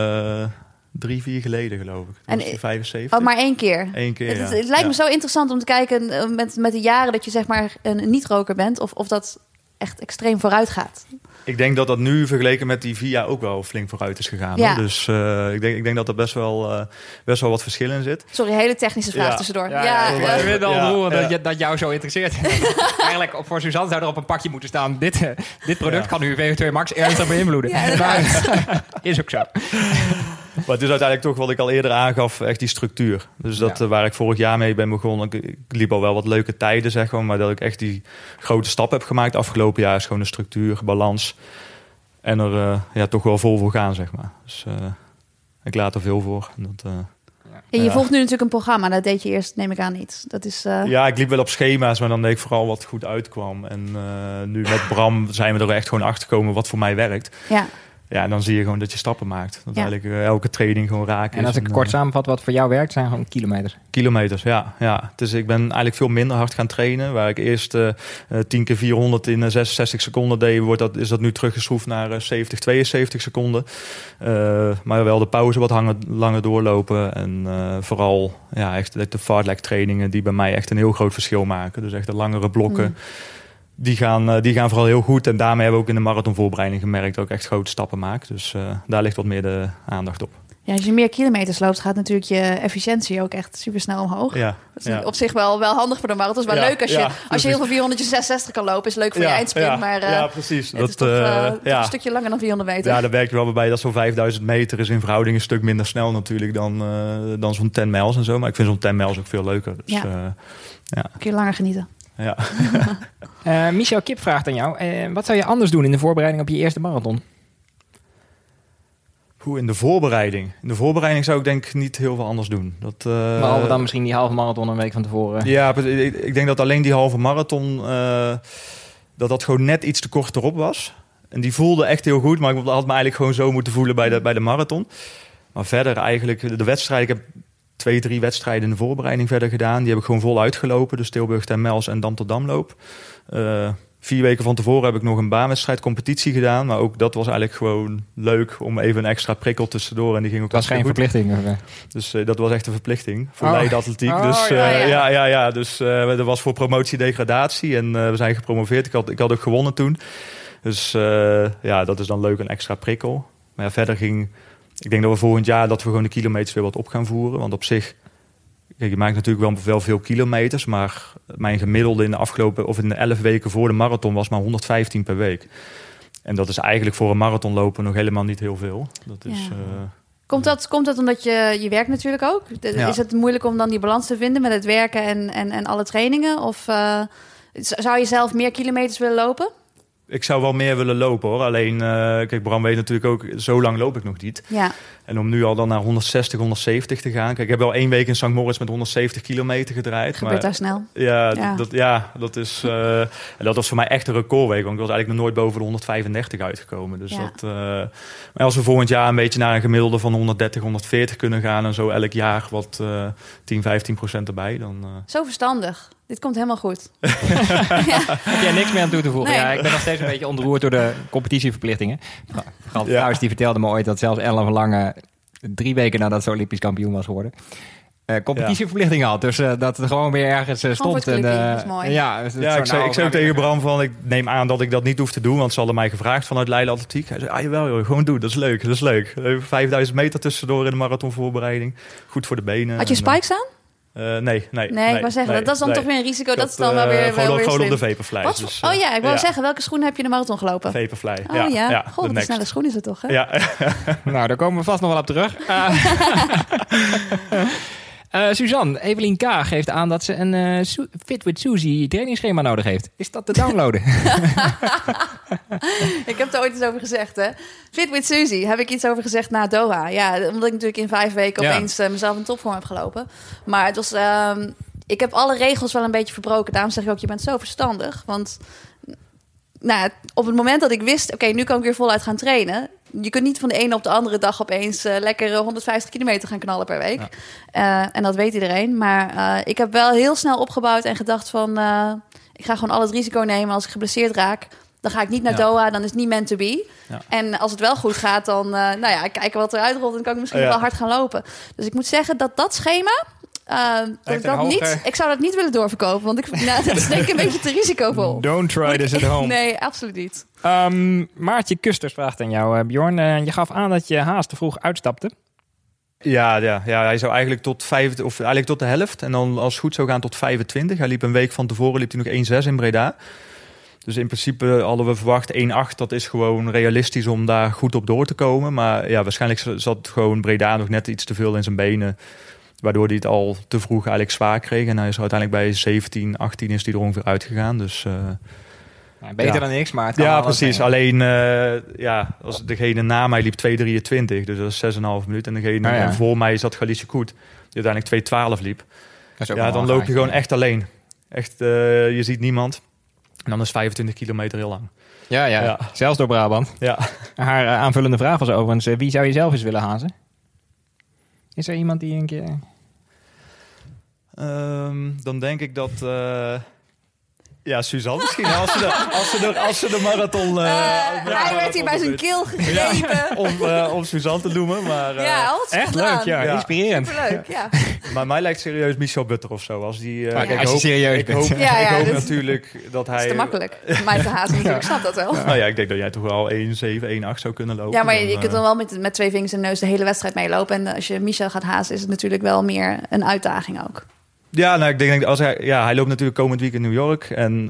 B: 3, 4 geleden geloof ik.
C: En,
B: Was die 75.
C: Oh, maar 1 keer?
B: 1 keer, ja.
C: Het lijkt me zo interessant om te kijken met de jaren dat je zeg maar een niet-roker bent. Of dat echt extreem vooruit gaat.
B: Ik denk dat nu vergeleken met die 4 jaar ook wel flink vooruit is gegaan.
C: Ja.
B: Hoor. Dus ik denk dat er best wel wat verschil in zit.
C: Sorry, hele technische vraag
B: Ja.
C: tussendoor.
A: Ik vind het wel
B: Ja,
A: ontroerend dat jou zo interesseert. Eigenlijk voor Suzanne zou er op een pakje moeten staan. Dit product kan uw VO2 max ernstig beïnvloeden.
C: Ja,
A: Maar is ook zo.
B: Maar het is uiteindelijk toch wat ik al eerder aangaf, echt die structuur. Dus dat waar ik vorig jaar mee ben begonnen. Ik liep al wel wat leuke tijden, zeg maar dat ik echt die grote stap heb gemaakt. Afgelopen jaar is gewoon de structuur, balans. En er toch wel vol voor gaan, zeg maar. Dus ik laat er veel voor.
C: En je volgt nu natuurlijk een programma. Dat deed je eerst, neem ik aan, niet. Dat is...
B: Ja, ik liep wel op schema's, maar dan deed ik vooral wat goed uitkwam. En nu met Bram zijn we er echt gewoon achter gekomen wat voor mij werkt.
C: Ja.
B: Ja, en dan zie je gewoon dat je stappen maakt. Dat
C: Ja.
B: eigenlijk elke training gewoon raken
A: En als
B: is.
A: ik kort samenvat wat voor jou werkt, zijn gewoon kilometers.
B: Kilometers, ja. Dus ik ben eigenlijk veel minder hard gaan trainen. Waar ik eerst 10 keer 400 in 66 seconden deed, is dat nu teruggeschroefd naar 70, 72 seconden. Maar wel de pauze wat langer doorlopen. En vooral echt de fartlek trainingen die bij mij echt een heel groot verschil maken. Dus echt de langere blokken. Die gaan vooral heel goed. En daarmee hebben we ook in de marathonvoorbereiding gemerkt dat ik echt grote stappen maak. Dus daar ligt wat meer de aandacht op.
C: Ja, als je meer kilometers loopt, gaat natuurlijk je efficiëntie ook echt super snel omhoog.
B: Ja,
C: Dat is op zich wel handig voor de marathon. Het is wel leuk als je heel veel 466 kan lopen. Is leuk voor je eindsprint.
B: Ja,
C: maar
B: precies.
C: Het is toch een stukje langer dan 400 meter.
B: Ja, daar werk je wel bij dat zo'n 5000 meter is in verhouding een stuk minder snel natuurlijk dan zo'n 10 mijls en zo. Maar ik vind zo'n 10 mijls ook veel leuker. Dus,
C: Kun je langer genieten.
B: Ja.
A: Michel Kip vraagt aan jou. Wat zou je anders doen in de voorbereiding op je eerste marathon?
B: Hoe in de voorbereiding? In de voorbereiding zou ik denk ik niet heel veel anders doen.
A: Behalve dan misschien die halve marathon een week van tevoren.
B: Ja, ik denk dat alleen die halve marathon, dat gewoon net iets te kort erop was. En die voelde echt heel goed, maar ik had me eigenlijk gewoon zo moeten voelen bij de marathon. Maar verder eigenlijk de wedstrijden, ik heb 2-3 wedstrijden in de voorbereiding verder gedaan. Die heb ik gewoon vol uitgelopen. Dus Tilburg, 10 mijls en Dam tot Damloop. 4 weken van tevoren heb ik nog een baanwedstrijd competitie gedaan. Maar ook dat was eigenlijk gewoon leuk om even een extra prikkel tussendoor. En die ging ook
A: Dat was geen
B: goed.
A: verplichting.
B: Dus dat was echt een verplichting voor Leiden Atletiek.
A: Oh,
B: dus
A: ja.
B: Dus dat was voor promotie-degradatie. En we zijn gepromoveerd. Ik had ook gewonnen toen. Dus dat is dan leuk, een extra prikkel. Maar ja, verder ik denk dat we volgend jaar dat we gewoon de kilometers weer wat op gaan voeren. Want op zich, kijk, je maakt natuurlijk wel veel kilometers. Maar mijn gemiddelde in de afgelopen, of in de 11 weken voor de marathon was maar 115 per week. En dat is eigenlijk voor een marathonloper nog helemaal niet heel veel. Dat is,
C: Komt dat omdat je werkt natuurlijk ook? Is het moeilijk om dan die balans te vinden met het werken en alle trainingen? Of zou je zelf meer kilometers willen lopen?
B: Ik zou wel meer willen lopen hoor. Alleen, kijk, Bram weet natuurlijk ook, zo lang loop ik nog niet.
C: Ja.
B: En om nu al dan naar 160, 170 te gaan. Kijk, ik heb wel 1 week in St. Moritz met 170 kilometer gedraaid.
C: Gebeurt daar snel?
B: Dat is... en dat was voor mij echt een recordweek. Want ik was eigenlijk nog nooit boven de 135 uitgekomen. Dus maar als we volgend jaar een beetje naar een gemiddelde van 130, 140 kunnen gaan... en zo elk jaar wat 10-15% erbij, dan...
C: Zo verstandig. Dit komt helemaal goed.
A: Heb jij niks meer aan toe te voegen?
C: Nee.
A: Ja, ik ben nog steeds een beetje ontroerd door de competitieverplichtingen. Trouwens, die vertelde me ooit dat zelfs Ellen van Lange 3 weken nadat ze Olympisch kampioen was geworden, competitieverplichtingen had. Dus dat het gewoon weer ergens stond.
C: En, dat is mooi.
B: Ik zei tegen Bram van, ik neem aan dat ik dat niet hoef te doen. Want ze hadden mij gevraagd vanuit Leiden Atletiek. Hij zei, jawel joh, gewoon doen, dat is leuk. 5000 meter tussendoor in de marathonvoorbereiding. Goed voor de benen.
C: Had je spikes aan?
B: Nee,
C: ik wou zeggen, dat is dan toch weer een risico. Dat is dan wel weer
B: gewoon op de
C: slim.
B: Vaporfly. Dus,
C: ik wou zeggen, welke schoen heb je in de marathon gelopen?
B: Vaporfly.
C: Goh, wat een snelle schoen is het toch, hè?
B: Ja.
A: Nou, daar komen we vast nog wel op terug. Suzanne, Evelien K. geeft aan dat ze een Fit with Suzy trainingsschema nodig heeft. Is dat te downloaden?
C: Ik heb er ooit iets over gezegd, hè. Fit with Suzy, heb ik iets over gezegd na Doha. Ja, omdat ik natuurlijk in 5 weken opeens mezelf in topvorm heb gelopen. Maar het was... ik heb alle regels wel een beetje verbroken. Daarom zeg ik ook, je bent zo verstandig. Want op het moment dat ik wist... Oké, nu kan ik weer voluit gaan trainen. Je kunt niet van de ene op de andere dag opeens lekker 150 kilometer gaan knallen per week. Ja. En dat weet iedereen. Maar ik heb wel heel snel opgebouwd en gedacht van... ik ga gewoon al het risico nemen als ik geblesseerd raak. Dan ga ik niet naar Doha, dan is het niet meant to be. Ja. En als het wel goed gaat, dan kijken wat eruit rolt... en dan kan ik misschien wel hard gaan lopen. Dus ik moet zeggen dat schema... ik zou dat niet willen doorverkopen, want dat is denk ik een beetje te risicovol.
A: Don't try this at home.
C: Nee, absoluut niet.
A: Maartje Kusters vraagt aan jou, Bjorn. Je gaf aan dat je haast te vroeg uitstapte.
B: Ja, hij zou eigenlijk tot de helft. En dan als het goed zou gaan tot 25. Hij liep een week van tevoren nog 1,6 in Breda. Dus in principe hadden we verwacht 1,8. Dat is gewoon realistisch om daar goed op door te komen. Maar ja, waarschijnlijk zat gewoon Breda nog net iets te veel in zijn benen. Waardoor hij het al te vroeg eigenlijk zwaar kreeg. En hij is uiteindelijk bij 17, 18 is hij er ongeveer uitgegaan. Dus,
A: beter dan niks, maar het kan
B: precies. Alleen, als degene na mij liep 2,23. Dus dat is 6,5 minuten. En degene voor mij zat Galicia Koet, die uiteindelijk 2,12 liep. Dan loop je gewoon echt alleen. Echt, je ziet niemand. En dan is 25 kilometer heel lang.
A: Ja. Zelfs door Brabant.
B: Ja.
A: Haar aanvullende vraag was overigens, wie zou je zelf eens willen hazen? Is er iemand die een keer...
B: Dan denk ik dat... Suzanne misschien. Als ze de marathon...
C: hij werd hier bij zijn keel gegrepen.
B: Om Suzanne te noemen. Maar,
A: echt leuk, inspirerend.
C: Superleuk, ja.
B: Maar mij lijkt serieus Michel Butter of zo. Als die,
A: als je serieus bent.
B: Ik hoop natuurlijk dat hij...
C: Dat is te makkelijk. Mij te hazen natuurlijk, ik snap dat wel.
B: Nou ja, ik denk dat jij toch wel 1,7, 1,8 zou kunnen lopen.
C: Ja, maar je kunt dan wel met 2 vingers en neus de hele wedstrijd meelopen. En als je Michel gaat hazen, is het natuurlijk wel meer een uitdaging ook.
B: Ja, ik denk als hij loopt natuurlijk komend week in New York. En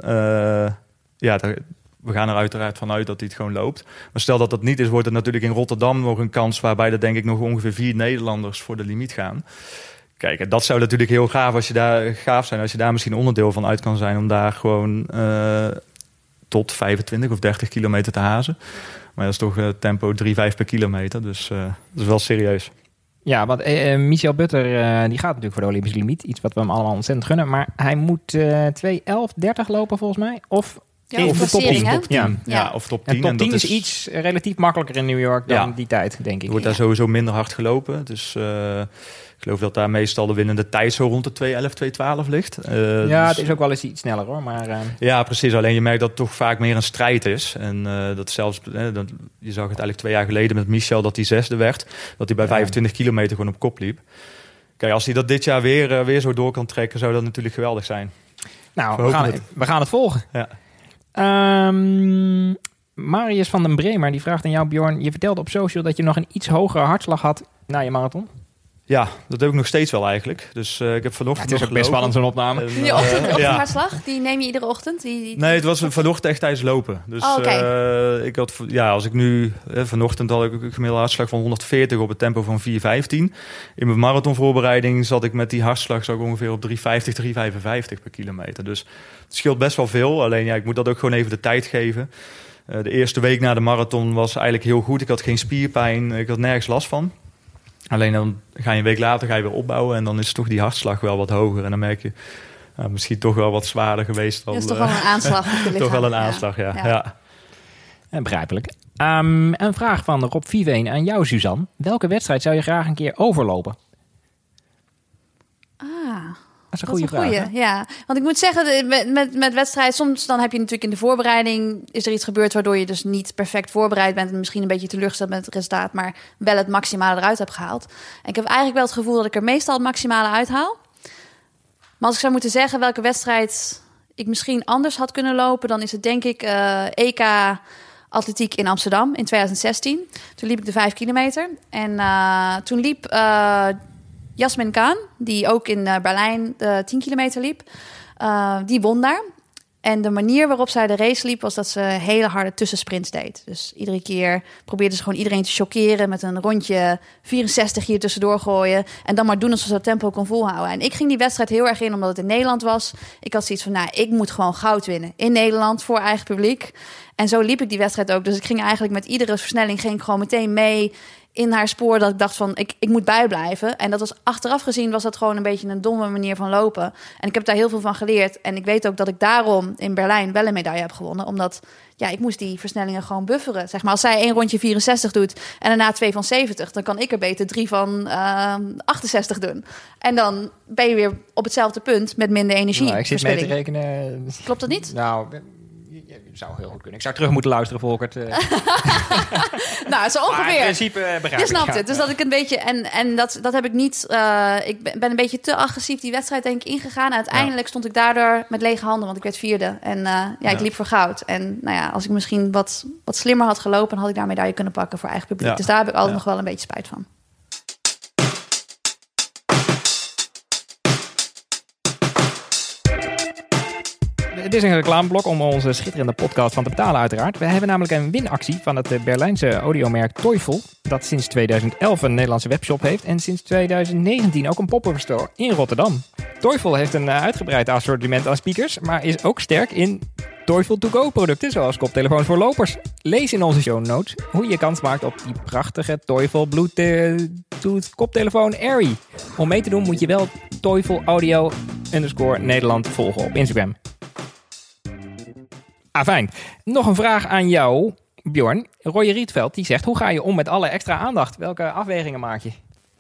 B: we gaan er uiteraard vanuit dat hij het gewoon loopt. Maar stel dat dat niet is, wordt het natuurlijk in Rotterdam nog een kans... waarbij er denk ik nog ongeveer 4 Nederlanders voor de limiet gaan. Kijk, dat zou natuurlijk heel gaaf zijn als je daar misschien onderdeel van uit kan zijn... om daar gewoon tot 25 of 30 kilometer te hazen. Maar dat is toch tempo 3,5 per kilometer. Dus dat is wel serieus.
A: Ja, want Michel Butter die gaat natuurlijk voor de Olympische limiet. Iets wat we hem allemaal ontzettend gunnen. Maar hij moet 2:11:30 lopen volgens mij. Of
B: de top 10.
A: Ja,
B: of top 10.
A: En top 10 is iets relatief makkelijker in New York dan die tijd, denk ik.
B: Er wordt daar sowieso minder hard gelopen. Dus ik geloof dat daar meestal de winnende tijd zo rond de 2:11, 2:12 ligt.
A: Het is ook wel eens iets sneller hoor. Maar,
B: Ja, precies. Alleen je merkt dat het toch vaak meer een strijd is. En dat zelfs, je zag het eigenlijk 2 jaar geleden met Michel dat hij 6e werd. Dat hij bij 25 kilometer gewoon op kop liep. Kijk, als hij dat dit jaar weer zo door kan trekken, zou dat natuurlijk geweldig zijn.
A: Nou, we gaan het volgen. Ja. Marius van den Bremer die vraagt aan jou, Bjorn. Je vertelde op social dat je nog een iets hogere hartslag had na je marathon.
B: Ja, dat heb ik nog steeds wel eigenlijk. Dus ik heb vanochtend
A: het is ook best spannend zo'n opname.
C: En, je ochtendhartslag, die neem je iedere ochtend?
B: Nee, het was vanochtend echt tijdens lopen. Dus ik had, als ik nu... vanochtend had ik een gemiddelde hartslag van 140 op het tempo van 4:15. In mijn marathonvoorbereiding zat ik met die hartslag ongeveer op 3:50, 3:55 per kilometer. Dus het scheelt best wel veel. Alleen ik moet dat ook gewoon even de tijd geven. De eerste week na de marathon was eigenlijk heel goed. Ik had geen spierpijn, ik had nergens last van. Alleen dan ga je een week later weer opbouwen en dan is toch die hartslag wel wat hoger. En dan merk je misschien toch wel wat zwaarder geweest.
C: Dat is toch wel een aanslag op je lichaam.
B: Toch wel een aanslag, ja.
A: Begrijpelijk. Een vraag van Rob Viveen aan jou, Suzanne. Welke wedstrijd zou je graag een keer overlopen? Dat is een goede vraag.
C: Ja, want ik moet zeggen, met wedstrijd, soms dan heb je natuurlijk in de voorbereiding, is er iets gebeurd waardoor je dus niet perfect voorbereid bent en misschien een beetje teleurgesteld met het resultaat, maar wel het maximale eruit hebt gehaald. En ik heb eigenlijk wel het gevoel dat ik er meestal het maximale uithaal. Maar als ik zou moeten zeggen welke wedstrijd ik misschien anders had kunnen lopen, dan is het denk ik EK Atletiek in Amsterdam in 2016. Toen liep ik de 5 kilometer en toen liep Jasmin Kaan, die ook in Berlijn de 10 kilometer liep, die won daar. En de manier waarop zij de race liep was dat ze hele harde tussensprints deed. Dus iedere keer probeerde ze gewoon iedereen te chockeren met een rondje 64 hier tussendoor gooien. En dan maar doen alsof ze dat tempo kon volhouden. En ik ging die wedstrijd heel erg in omdat het in Nederland was. Ik had zoiets van, ik moet gewoon goud winnen. In Nederland, voor eigen publiek. En zo liep ik die wedstrijd ook. Dus ik ging eigenlijk met iedere versnelling gewoon meteen mee in haar spoor, dat ik dacht van, ik moet bijblijven. En dat was achteraf gezien, was dat gewoon een beetje een domme manier van lopen. En ik heb daar heel veel van geleerd. En ik weet ook dat ik daarom in Berlijn wel een medaille heb gewonnen. Omdat, ik moest die versnellingen gewoon bufferen. Zeg maar, als zij 1 rondje 64 doet en daarna 2 van 70... dan kan ik er beter 3 van 68 doen. En dan ben je weer op hetzelfde punt met minder energie.
A: Nou, ik zit mee te rekenen.
C: Klopt dat niet?
A: Nou, zou heel goed kunnen. Ik zou terug moeten luisteren, Volkert.
C: Nou, zo ongeveer.
A: Maar in principe begrijp
C: je snapt
A: ik.
C: het. Dus dat ik een beetje... En dat heb ik niet... ik ben een beetje te agressief die wedstrijd denk ik ingegaan. Uiteindelijk stond ik daardoor met lege handen, want ik werd 4e. En ik liep voor goud. En als ik misschien wat slimmer had gelopen, had ik daar medaille kunnen pakken voor eigen publiek.
B: Ja.
C: Dus daar heb ik altijd nog wel een beetje spijt van.
A: Het is een reclameblok om onze schitterende podcast van te betalen uiteraard. We hebben namelijk een winactie van het Berlijnse audiomerk Teufel, dat sinds 2011 een Nederlandse webshop heeft en sinds 2019 ook een pop-up store in Rotterdam. Teufel heeft een uitgebreid assortiment aan speakers, maar is ook sterk in Teufel to-go producten, zoals koptelefoons voor lopers. Lees in onze show notes hoe je kans maakt op die prachtige Teufel Bluetooth koptelefoon Airy. Om mee te doen moet je wel Teufel Audio _Nederland volgen op Instagram. Fijn. Nog een vraag aan jou, Bjorn. Roy Rietveld die zegt, hoe ga je om met alle extra aandacht? Welke afwegingen maak je?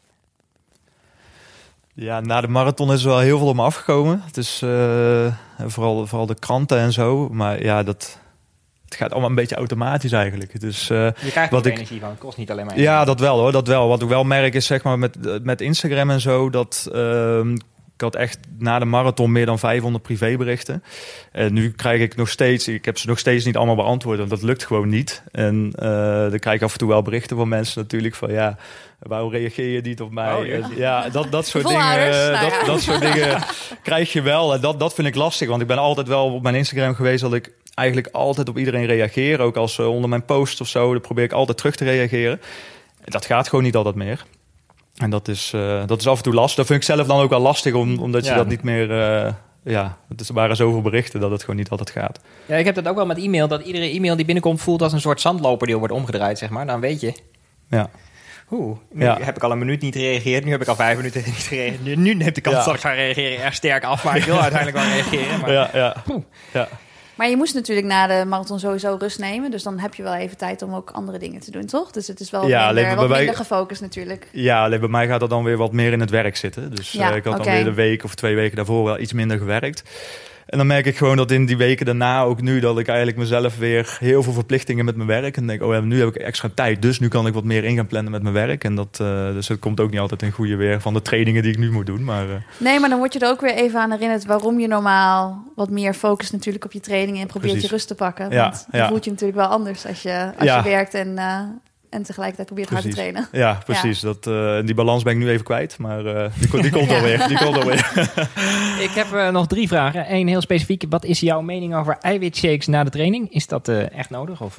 B: Ja, na de marathon is er wel heel veel op me afgekomen. Het is vooral de kranten en zo. Maar ja, het gaat allemaal een beetje automatisch eigenlijk. Dus,
A: Je krijgt er energie van, het kost niet alleen maar energie.
B: Ja, dat wel hoor, dat wel. Wat ik wel merk is zeg maar met Instagram en zo, dat ik had echt na de marathon meer dan 500 privéberichten. En nu krijg ik nog steeds, ik heb ze nog steeds niet allemaal beantwoord, want dat lukt gewoon niet. En dan krijg ik af en toe wel berichten van mensen natuurlijk van waarom reageer je niet op mij?
A: Oh, ja.
B: En, dat soort dingen. Dat soort dingen krijg je wel. En dat vind ik lastig, want ik ben altijd wel op mijn Instagram geweest dat ik eigenlijk altijd op iedereen reageer. Ook als onder mijn post of zo, dan probeer ik altijd terug te reageren. Dat gaat gewoon niet altijd meer. En dat is af en toe lastig. Dat vind ik zelf dan ook wel lastig, omdat je dat niet meer... er waren zoveel berichten dat het gewoon niet altijd gaat.
A: Ja, ik heb dat ook wel met e-mail. Dat iedere e-mail die binnenkomt voelt als een soort zandloper die wordt omgedraaid, zeg maar. Dan weet je.
B: Ja.
A: Nu heb ik al een minuut niet gereageerd. Nu heb ik al 5 minuten niet gereageerd. Nu neemt de kans dat ik ga reageren erg sterk af. Maar ik wil uiteindelijk wel reageren. Maar...
B: Ja.
C: Maar je moest natuurlijk na de marathon sowieso rust nemen. Dus dan heb je wel even tijd om ook andere dingen te doen, toch? Dus het is wel minder gefocust natuurlijk. Ja,
B: alleen bij mij gaat dat dan weer wat meer in het werk zitten. Dus ik had dan weer de week of 2 weken daarvoor wel iets minder gewerkt. En dan merk ik gewoon dat in die weken daarna ook nu, dat ik eigenlijk mezelf weer heel veel verplichtingen met mijn werk. En denk, nu heb ik extra tijd. Dus nu kan ik wat meer in gaan plannen met mijn werk. En dus het komt ook niet altijd in goede weer van de trainingen die ik nu moet doen. Maar,
C: Nee, maar dan word je er ook weer even aan herinnerd waarom je normaal wat meer focust natuurlijk op je trainingen en probeert je rust te pakken. Want dan voelt je natuurlijk wel anders als je werkt en tegelijkertijd probeert hard te trainen.
B: Ja, precies. Ja. Die balans ben ik nu even kwijt. Maar die komt alweer. Die komt alweer.
A: Ik heb nog 3 vragen. Eén heel specifiek. Wat is jouw mening over eiwitshakes na de training? Is dat echt nodig? Of,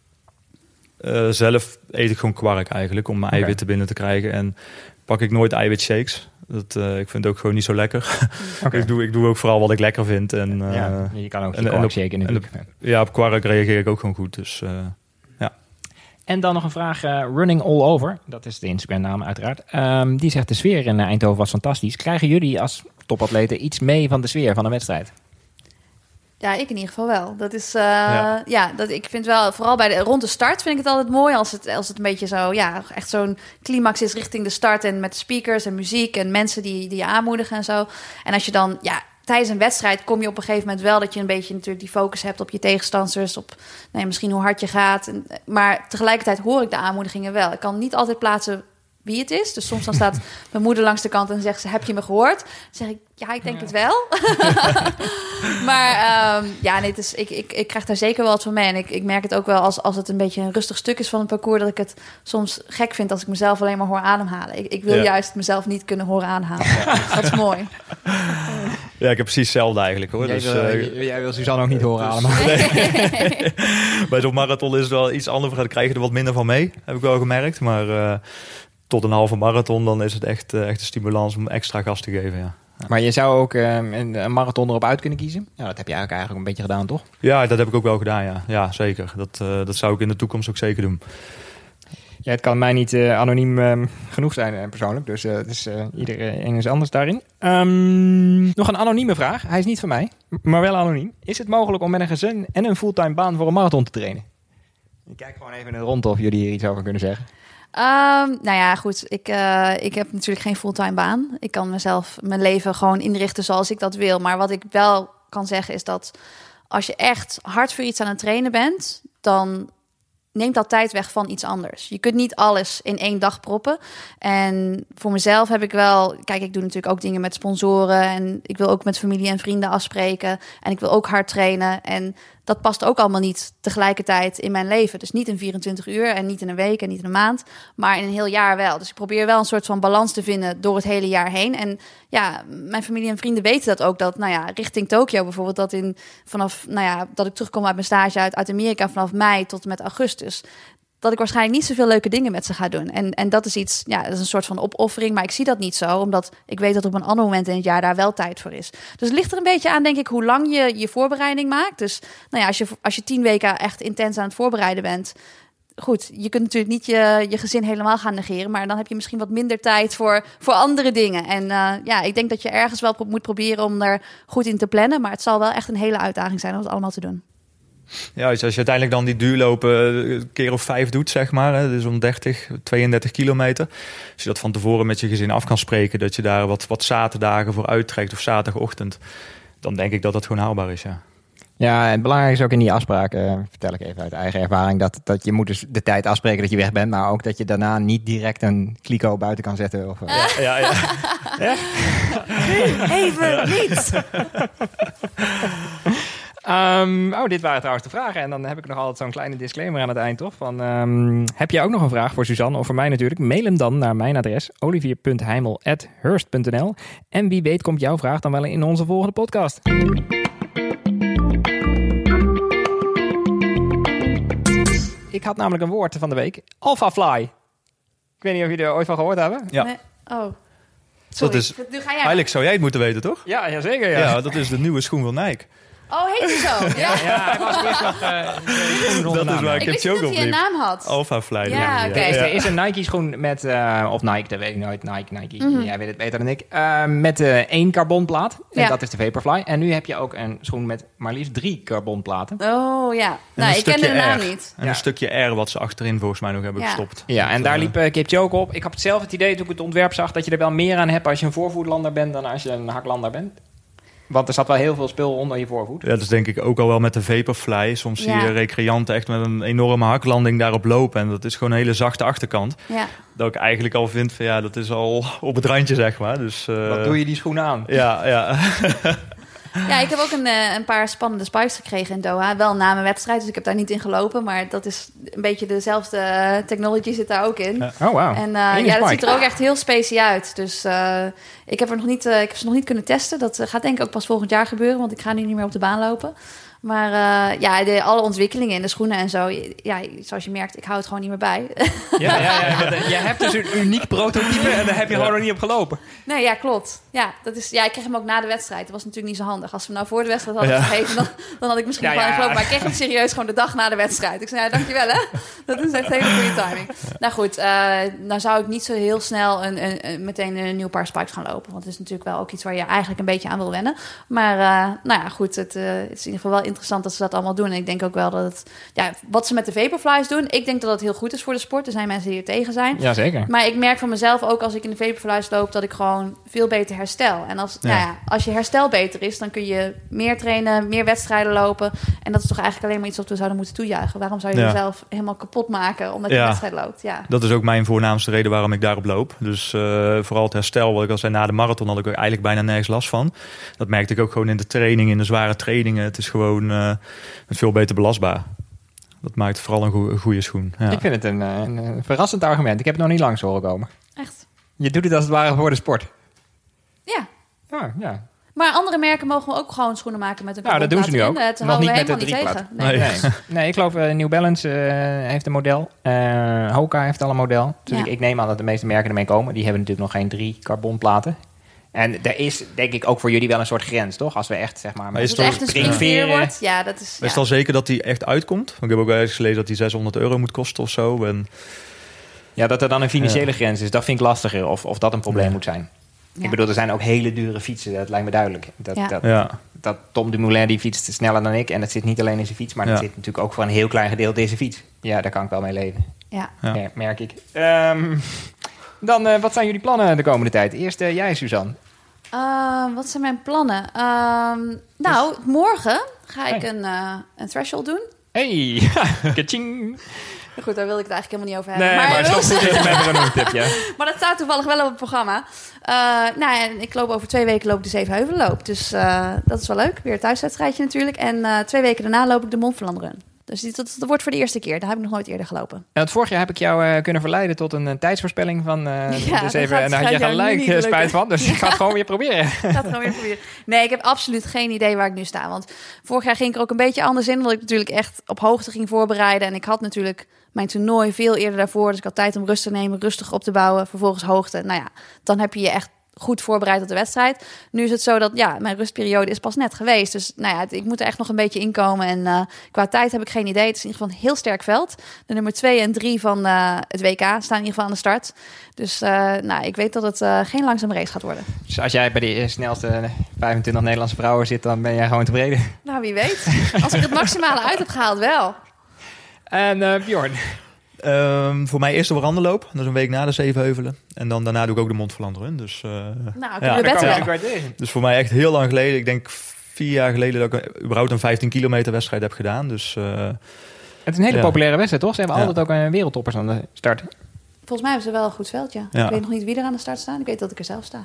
B: zelf eet ik gewoon kwark eigenlijk om mijn eiwitten binnen te krijgen. En pak ik nooit eiwitshakes. Ik vind het ook gewoon niet zo lekker. Okay. Ik doe ook vooral wat ik lekker vind. En,
A: je kan ook kwark shaken natuurlijk.
B: Op kwark reageer ik ook gewoon goed. Dus
A: En dan nog een vraag. Running All Over, dat is de Instagram-naam uiteraard. Die zegt, de sfeer in Eindhoven was fantastisch. Krijgen jullie als topatleten iets mee van de sfeer van de wedstrijd?
C: Ja, ik in ieder geval wel. Dat is, ik vind wel, vooral rond de start vind ik het altijd mooi als het een beetje zo, echt zo'n climax is richting de start en met speakers en muziek en mensen die je aanmoedigen en zo. En als je dan, tijdens een wedstrijd kom je op een gegeven moment wel dat je een beetje natuurlijk die focus hebt op je tegenstanders, op misschien hoe hard je gaat. Maar tegelijkertijd hoor ik de aanmoedigingen wel. Ik kan niet altijd plaatsen wie het is. Dus soms dan staat mijn moeder langs de kant en zegt ze, heb je me gehoord? Dan zeg ik, ik denk het wel. Maar ik krijg daar zeker wel wat van mee. En ik merk het ook wel als het een beetje een rustig stuk is van het parcours, dat ik het soms gek vind als ik mezelf alleen maar hoor ademhalen. Ik wil juist mezelf niet kunnen horen ademhalen. Dat is mooi.
B: Ja, ik heb precies hetzelfde eigenlijk hoor.
A: Jij wil Suzanne ook niet horen allemaal.
B: Bij zo'n marathon is het wel iets anders. Dan krijg je er wat minder van mee, heb ik wel gemerkt. Maar tot een halve marathon, dan is het echt een stimulans om extra gas te geven, ja.
A: Maar je zou ook een marathon erop uit kunnen kiezen? Ja, dat heb je eigenlijk een beetje gedaan, toch?
B: Ja, dat heb ik ook wel gedaan, ja. Ja, zeker. Dat zou ik in de toekomst ook zeker doen.
A: Ja, het kan mij niet anoniem genoeg zijn persoonlijk. Dus iedereen is anders daarin. Nog een anonieme vraag. Hij is niet van mij, maar wel anoniem. Is het mogelijk om met een gezin en een fulltime baan voor een marathon te trainen? Ik kijk gewoon even in de rond of jullie hier iets over kunnen zeggen.
C: Nou ja, goed. Ik heb natuurlijk geen fulltime baan. Ik kan mezelf mijn leven gewoon inrichten zoals ik dat wil. Maar wat ik wel kan zeggen is dat als je echt hard voor iets aan het trainen bent, dan neemt dat tijd weg van iets anders. Je kunt niet alles in 1 dag proppen. En voor mezelf heb ik wel... Kijk, ik doe natuurlijk ook dingen met sponsoren. En ik wil ook met familie en vrienden afspreken. En ik wil ook hard trainen. En dat past ook allemaal niet tegelijkertijd in mijn leven. Dus niet in 24 uur en niet in een week en niet in een maand. Maar in een heel jaar wel. Dus ik probeer wel een soort van balans te vinden door het hele jaar heen. En ja, mijn familie en vrienden weten dat ook. Dat, nou ja, richting Tokio bijvoorbeeld. Dat ik terugkom uit mijn stage uit Amerika vanaf mei tot en met augustus. Dat ik waarschijnlijk niet zoveel leuke dingen met ze ga doen. En dat is iets, ja, dat is een soort van opoffering. Maar ik zie dat niet zo, omdat ik weet dat op een ander moment in het jaar daar wel tijd voor is. Dus het ligt er een beetje aan, denk ik, hoe lang je je voorbereiding maakt. Dus nou ja, als je 10 weken echt intens aan het voorbereiden bent, goed, je kunt natuurlijk niet je gezin helemaal gaan negeren, maar dan heb je misschien wat minder tijd voor andere dingen. En ja, ik denk dat je ergens wel moet proberen om er goed in te plannen. Maar het zal wel echt een hele uitdaging zijn om het allemaal te doen.
B: Ja, als je uiteindelijk dan die duurlopen een keer of 5 doet, zeg maar. Hè, dus om 32 kilometer. Als je dat van tevoren met je gezin af kan spreken, dat je daar wat zaterdagen voor uittrekt of zaterdagochtend, dan denk ik dat dat gewoon haalbaar is, ja.
A: Ja, en het belangrijkste is ook in die afspraken, vertel ik even uit eigen ervaring, dat je moet dus de tijd afspreken dat je weg bent, maar ook dat je daarna niet direct een kliko buiten kan zetten. Of,
B: Ja.
C: Even niet!
A: Dit waren trouwens de vragen. En dan heb ik nog altijd zo'n kleine disclaimer aan het eind, toch? Van, heb jij ook nog een vraag voor Suzanne of voor mij natuurlijk? Mail hem dan naar mijn adres olivier.heimel@hurst.nl. En wie weet komt jouw vraag dan wel in onze volgende podcast. Ik had namelijk een woord van de week. Alpha Fly. Ik weet niet of jullie er ooit van gehoord hebben.
B: Ja.
C: Nee. Oh. Sorry.
B: Dat is,
C: Nu ga jij.
B: eigenlijk zou jij het moeten weten, toch?
A: Ja, zeker. Ja.
B: Ja, dat is de nieuwe schoen van Nike.
C: Oh, heet hij zo? Ja.
A: Hij was eerst nog
B: Dat is waar
C: Ik wist niet dat hij een naam had.
B: Alpha Fly.
C: Ja, oké.
A: Er is een Nike schoen met, of Nike, dat weet ik nooit, Nike.
C: Mhm.
A: Jij weet het beter dan ik. Met 1 carbonplaat. En
C: Ja.
A: dat is de Vaporfly. En nu heb je ook een schoen met maar liefst 3 carbonplaten.
C: Oh ja. Nou, ik kende de naam niet.
B: En een stukje R wat ze achterin volgens mij nog hebben gestopt.
A: Ja, en daar liep Kipchoge op. Ik had zelf het idee toen ik het ontwerp zag dat je er wel meer aan hebt als je een voorvoetlander bent dan als je een haklander bent. Want er zat wel heel veel spul onder je voorvoet.
B: Ja, dat is denk ik ook al wel met de Vaporfly. Soms zie je recreanten echt met een enorme haklanding daarop lopen. En dat is gewoon een hele zachte achterkant.
C: Ja.
B: Dat ik eigenlijk al vind van ja, dat is al op het randje, zeg maar. Dus,
A: Wat doe je die schoenen aan?
B: Ja.
C: Ja, ik heb ook een paar spannende spikes gekregen in Doha. Wel na mijn wedstrijd, dus ik heb daar niet in gelopen. Maar dat is een beetje dezelfde technology zit daar ook in.
B: Ja.
A: Oh, wauw.
C: En dat ziet er ook echt heel specie uit. Dus ik heb ze nog niet kunnen testen. Dat gaat denk ik ook pas volgend jaar gebeuren, want ik ga nu niet meer op de baan lopen. Maar alle ontwikkelingen in de schoenen en zo, ja, zoals je merkt, ik hou het gewoon niet meer bij.
A: Ja. Je hebt dus een uniek prototype en daar heb je gewoon nog niet op gelopen.
C: Nee, ja, klopt. Ja, ik kreeg hem ook na de wedstrijd. Dat was natuurlijk niet zo handig. Als we nou voor de wedstrijd hadden gegeven, dan had ik misschien wel gelopen. Maar ik kreeg hem serieus gewoon de dag na de wedstrijd. Ik zei, ja, dankjewel hè. Dat is echt hele goede timing. Nou goed, nou zou ik niet zo heel snel meteen een nieuw paar spikes gaan lopen. Want het is natuurlijk wel ook iets waar je eigenlijk een beetje aan wil wennen. Maar nou ja, goed, het is in ieder geval wel interessant dat ze dat allemaal doen. En ik denk ook wel dat het, wat ze met de Vaporflies doen, ik denk dat het heel goed is voor de sport. Er zijn mensen die er tegen zijn.
A: Ja, zeker.
C: Maar ik merk van mezelf ook als ik in de Vaporflies loop, dat ik gewoon veel beter herstel. En als je herstel beter is, dan kun je meer trainen, meer wedstrijden lopen. En dat is toch eigenlijk alleen maar iets wat we zouden moeten toejuichen. Waarom zou je jezelf helemaal kapot maken omdat je een wedstrijd loopt? Ja.
B: Dat is ook mijn voornaamste reden waarom ik daarop loop. Dus vooral het herstel, wat ik al zei, na de marathon had ik er eigenlijk bijna nergens last van. Dat merkte ik ook gewoon in de training, in de zware trainingen. Het is gewoon veel beter belastbaar. Dat maakt vooral een goede schoen. Ja.
A: Ik vind het een verrassend argument. Ik heb het nog niet langs horen komen.
C: Echt?
A: Je doet het als het ware voor de sport.
C: Ja.
A: Ja.
C: Maar andere merken mogen ook gewoon schoenen maken met een
A: Nou, dat doen ze nu ook.
C: Dat
A: Nog niet met de
C: helemaal niet
A: 3-plaat.
C: tegen.
A: Nee, ik geloof New Balance heeft een model. Hoka heeft al een model. Dus
C: Ja.
A: ik neem aan dat de meeste merken ermee komen. Die hebben natuurlijk nog geen 3 carbonplaten. En er is, denk ik, ook voor jullie wel een soort grens, toch? Als we echt, zeg maar...
B: Maar
C: Als
B: is
C: het
B: het
C: echt een
A: springveren-
C: springveer wordt, ja, dat is...
B: Is het al zeker dat die echt uitkomt? Want ik heb ook wel eens gelezen dat die €600 moet kosten of zo. En
A: Ja, dat er dan een financiële grens is, dat vind ik lastiger. Of dat een probleem
B: Ja.
A: moet zijn.
C: Ja.
A: Ik bedoel, er zijn ook hele dure fietsen. Dat lijkt me duidelijk.
C: Ja.
A: Dat Tom Dumoulin die fietst sneller dan ik. En dat zit niet alleen in zijn fiets, maar dat
B: Ja.
A: zit natuurlijk ook voor een heel klein gedeelte in zijn fiets. Ja, daar kan ik wel mee leven.
C: Ja.
B: Ja.
A: Merk ik. Dan, wat zijn jullie plannen de komende tijd? Eerst jij, Suzanne.
C: Wat zijn mijn plannen? Nou, morgen ga ik een threshold doen.
A: Hey, kaching.
C: Goed, daar wilde ik het eigenlijk helemaal niet over hebben.
A: Nee, maar het is toch goed dat je me genoemd hebt, ja.
C: Maar dat staat toevallig wel op het programma. En ik loop over 2 weken loop ik de Zevenheuvelenloop. Dus dat is wel leuk. Weer een thuiswedstrijdje natuurlijk. En 2 weken daarna loop ik de Mont Valendres Run. Dus dat wordt voor de eerste keer. Daar heb ik nog nooit eerder gelopen.
A: En vorig jaar heb ik jou kunnen verleiden tot een tijdsvoorspelling van
C: dat
A: de 7.
C: gaat-
A: En daar had je
C: gaat jou nu
A: gelijk
C: niet lukken.
A: spijt van. Dus ik ga het gewoon weer proberen.
C: Ik ga het gewoon weer proberen. Nee, ik heb absoluut geen idee waar ik nu sta. Want vorig jaar ging ik er ook een beetje anders in. Omdat ik natuurlijk echt op hoogte ging voorbereiden. En ik had natuurlijk mijn toernooi veel eerder daarvoor. Dus ik had tijd om rust te nemen, rustig op te bouwen. Vervolgens hoogte. Nou ja, dan heb je je echt goed voorbereid op de wedstrijd. Nu is het zo dat mijn rustperiode is pas net geweest. Dus nou ja, ik moet er echt nog een beetje inkomen. En qua tijd heb ik geen idee. Het is in ieder geval een heel sterk veld. De nummer 2 en 3 van het WK staan in ieder geval aan de start. Dus ik weet dat het geen langzame race gaat worden.
A: Dus als jij bij de snelste 25 Nederlandse vrouwen zit, dan ben jij gewoon tevreden.
C: Nou, wie weet. Als ik het maximale uit heb gehaald, wel.
A: En Bjorn.
B: voor mij eerst de Warandenloop. Dat is een week na de Zevenheuvelen. En dan daarna doe ik ook de Mont Valendres Run. Dus,
C: Nou,
B: Ja,
C: kunnen we
A: Daar kan
C: beter.
A: ik tegen.
B: dus voor mij echt heel lang geleden. Ik denk 4 jaar geleden dat ik überhaupt een 15 kilometer wedstrijd heb gedaan. Dus
A: Het is een hele
B: Ja.
A: populaire wedstrijd, toch? Ze hebben
B: Ja.
A: altijd ook een wereldtoppers aan de start.
C: Volgens mij hebben ze wel een goed veld, ja.
B: Ja.
C: Ik weet nog niet wie er aan de start staat. Ik weet dat ik er zelf sta.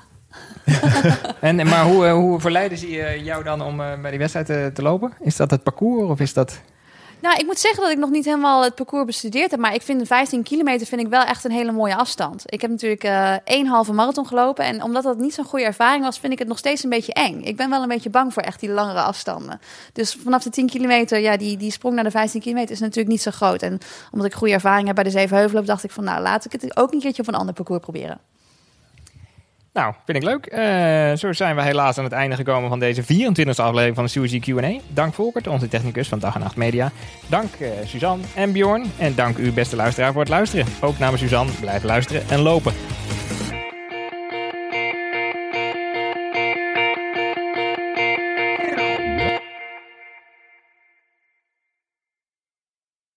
A: Maar hoe verleiden ze jou dan om bij die wedstrijd te lopen? Is dat het parcours of is dat...
C: Nou, ik moet zeggen dat ik nog niet helemaal het parcours bestudeerd heb. Maar ik vind de 15 kilometer vind ik wel echt een hele mooie afstand. Ik heb natuurlijk 1 halve marathon gelopen. En omdat dat niet zo'n goede ervaring was, vind ik het nog steeds een beetje eng. Ik ben wel een beetje bang voor echt die langere afstanden. Dus vanaf de 10 kilometer, ja, die sprong naar de 15 kilometer is natuurlijk niet zo groot. En omdat ik goede ervaring heb bij de Zevenheuvelenloop, dacht ik van nou, laat ik het ook een keertje op een ander parcours proberen.
A: Nou, vind ik leuk. Zo zijn we helaas aan het einde gekomen van deze 24e aflevering van de Suzy Q&A. Dank Volkert, onze technicus van Dag en Nacht Media. Dank Suzanne en Bjorn. En dank u, beste luisteraar, voor het luisteren. Ook namens Suzanne, blijf luisteren en lopen.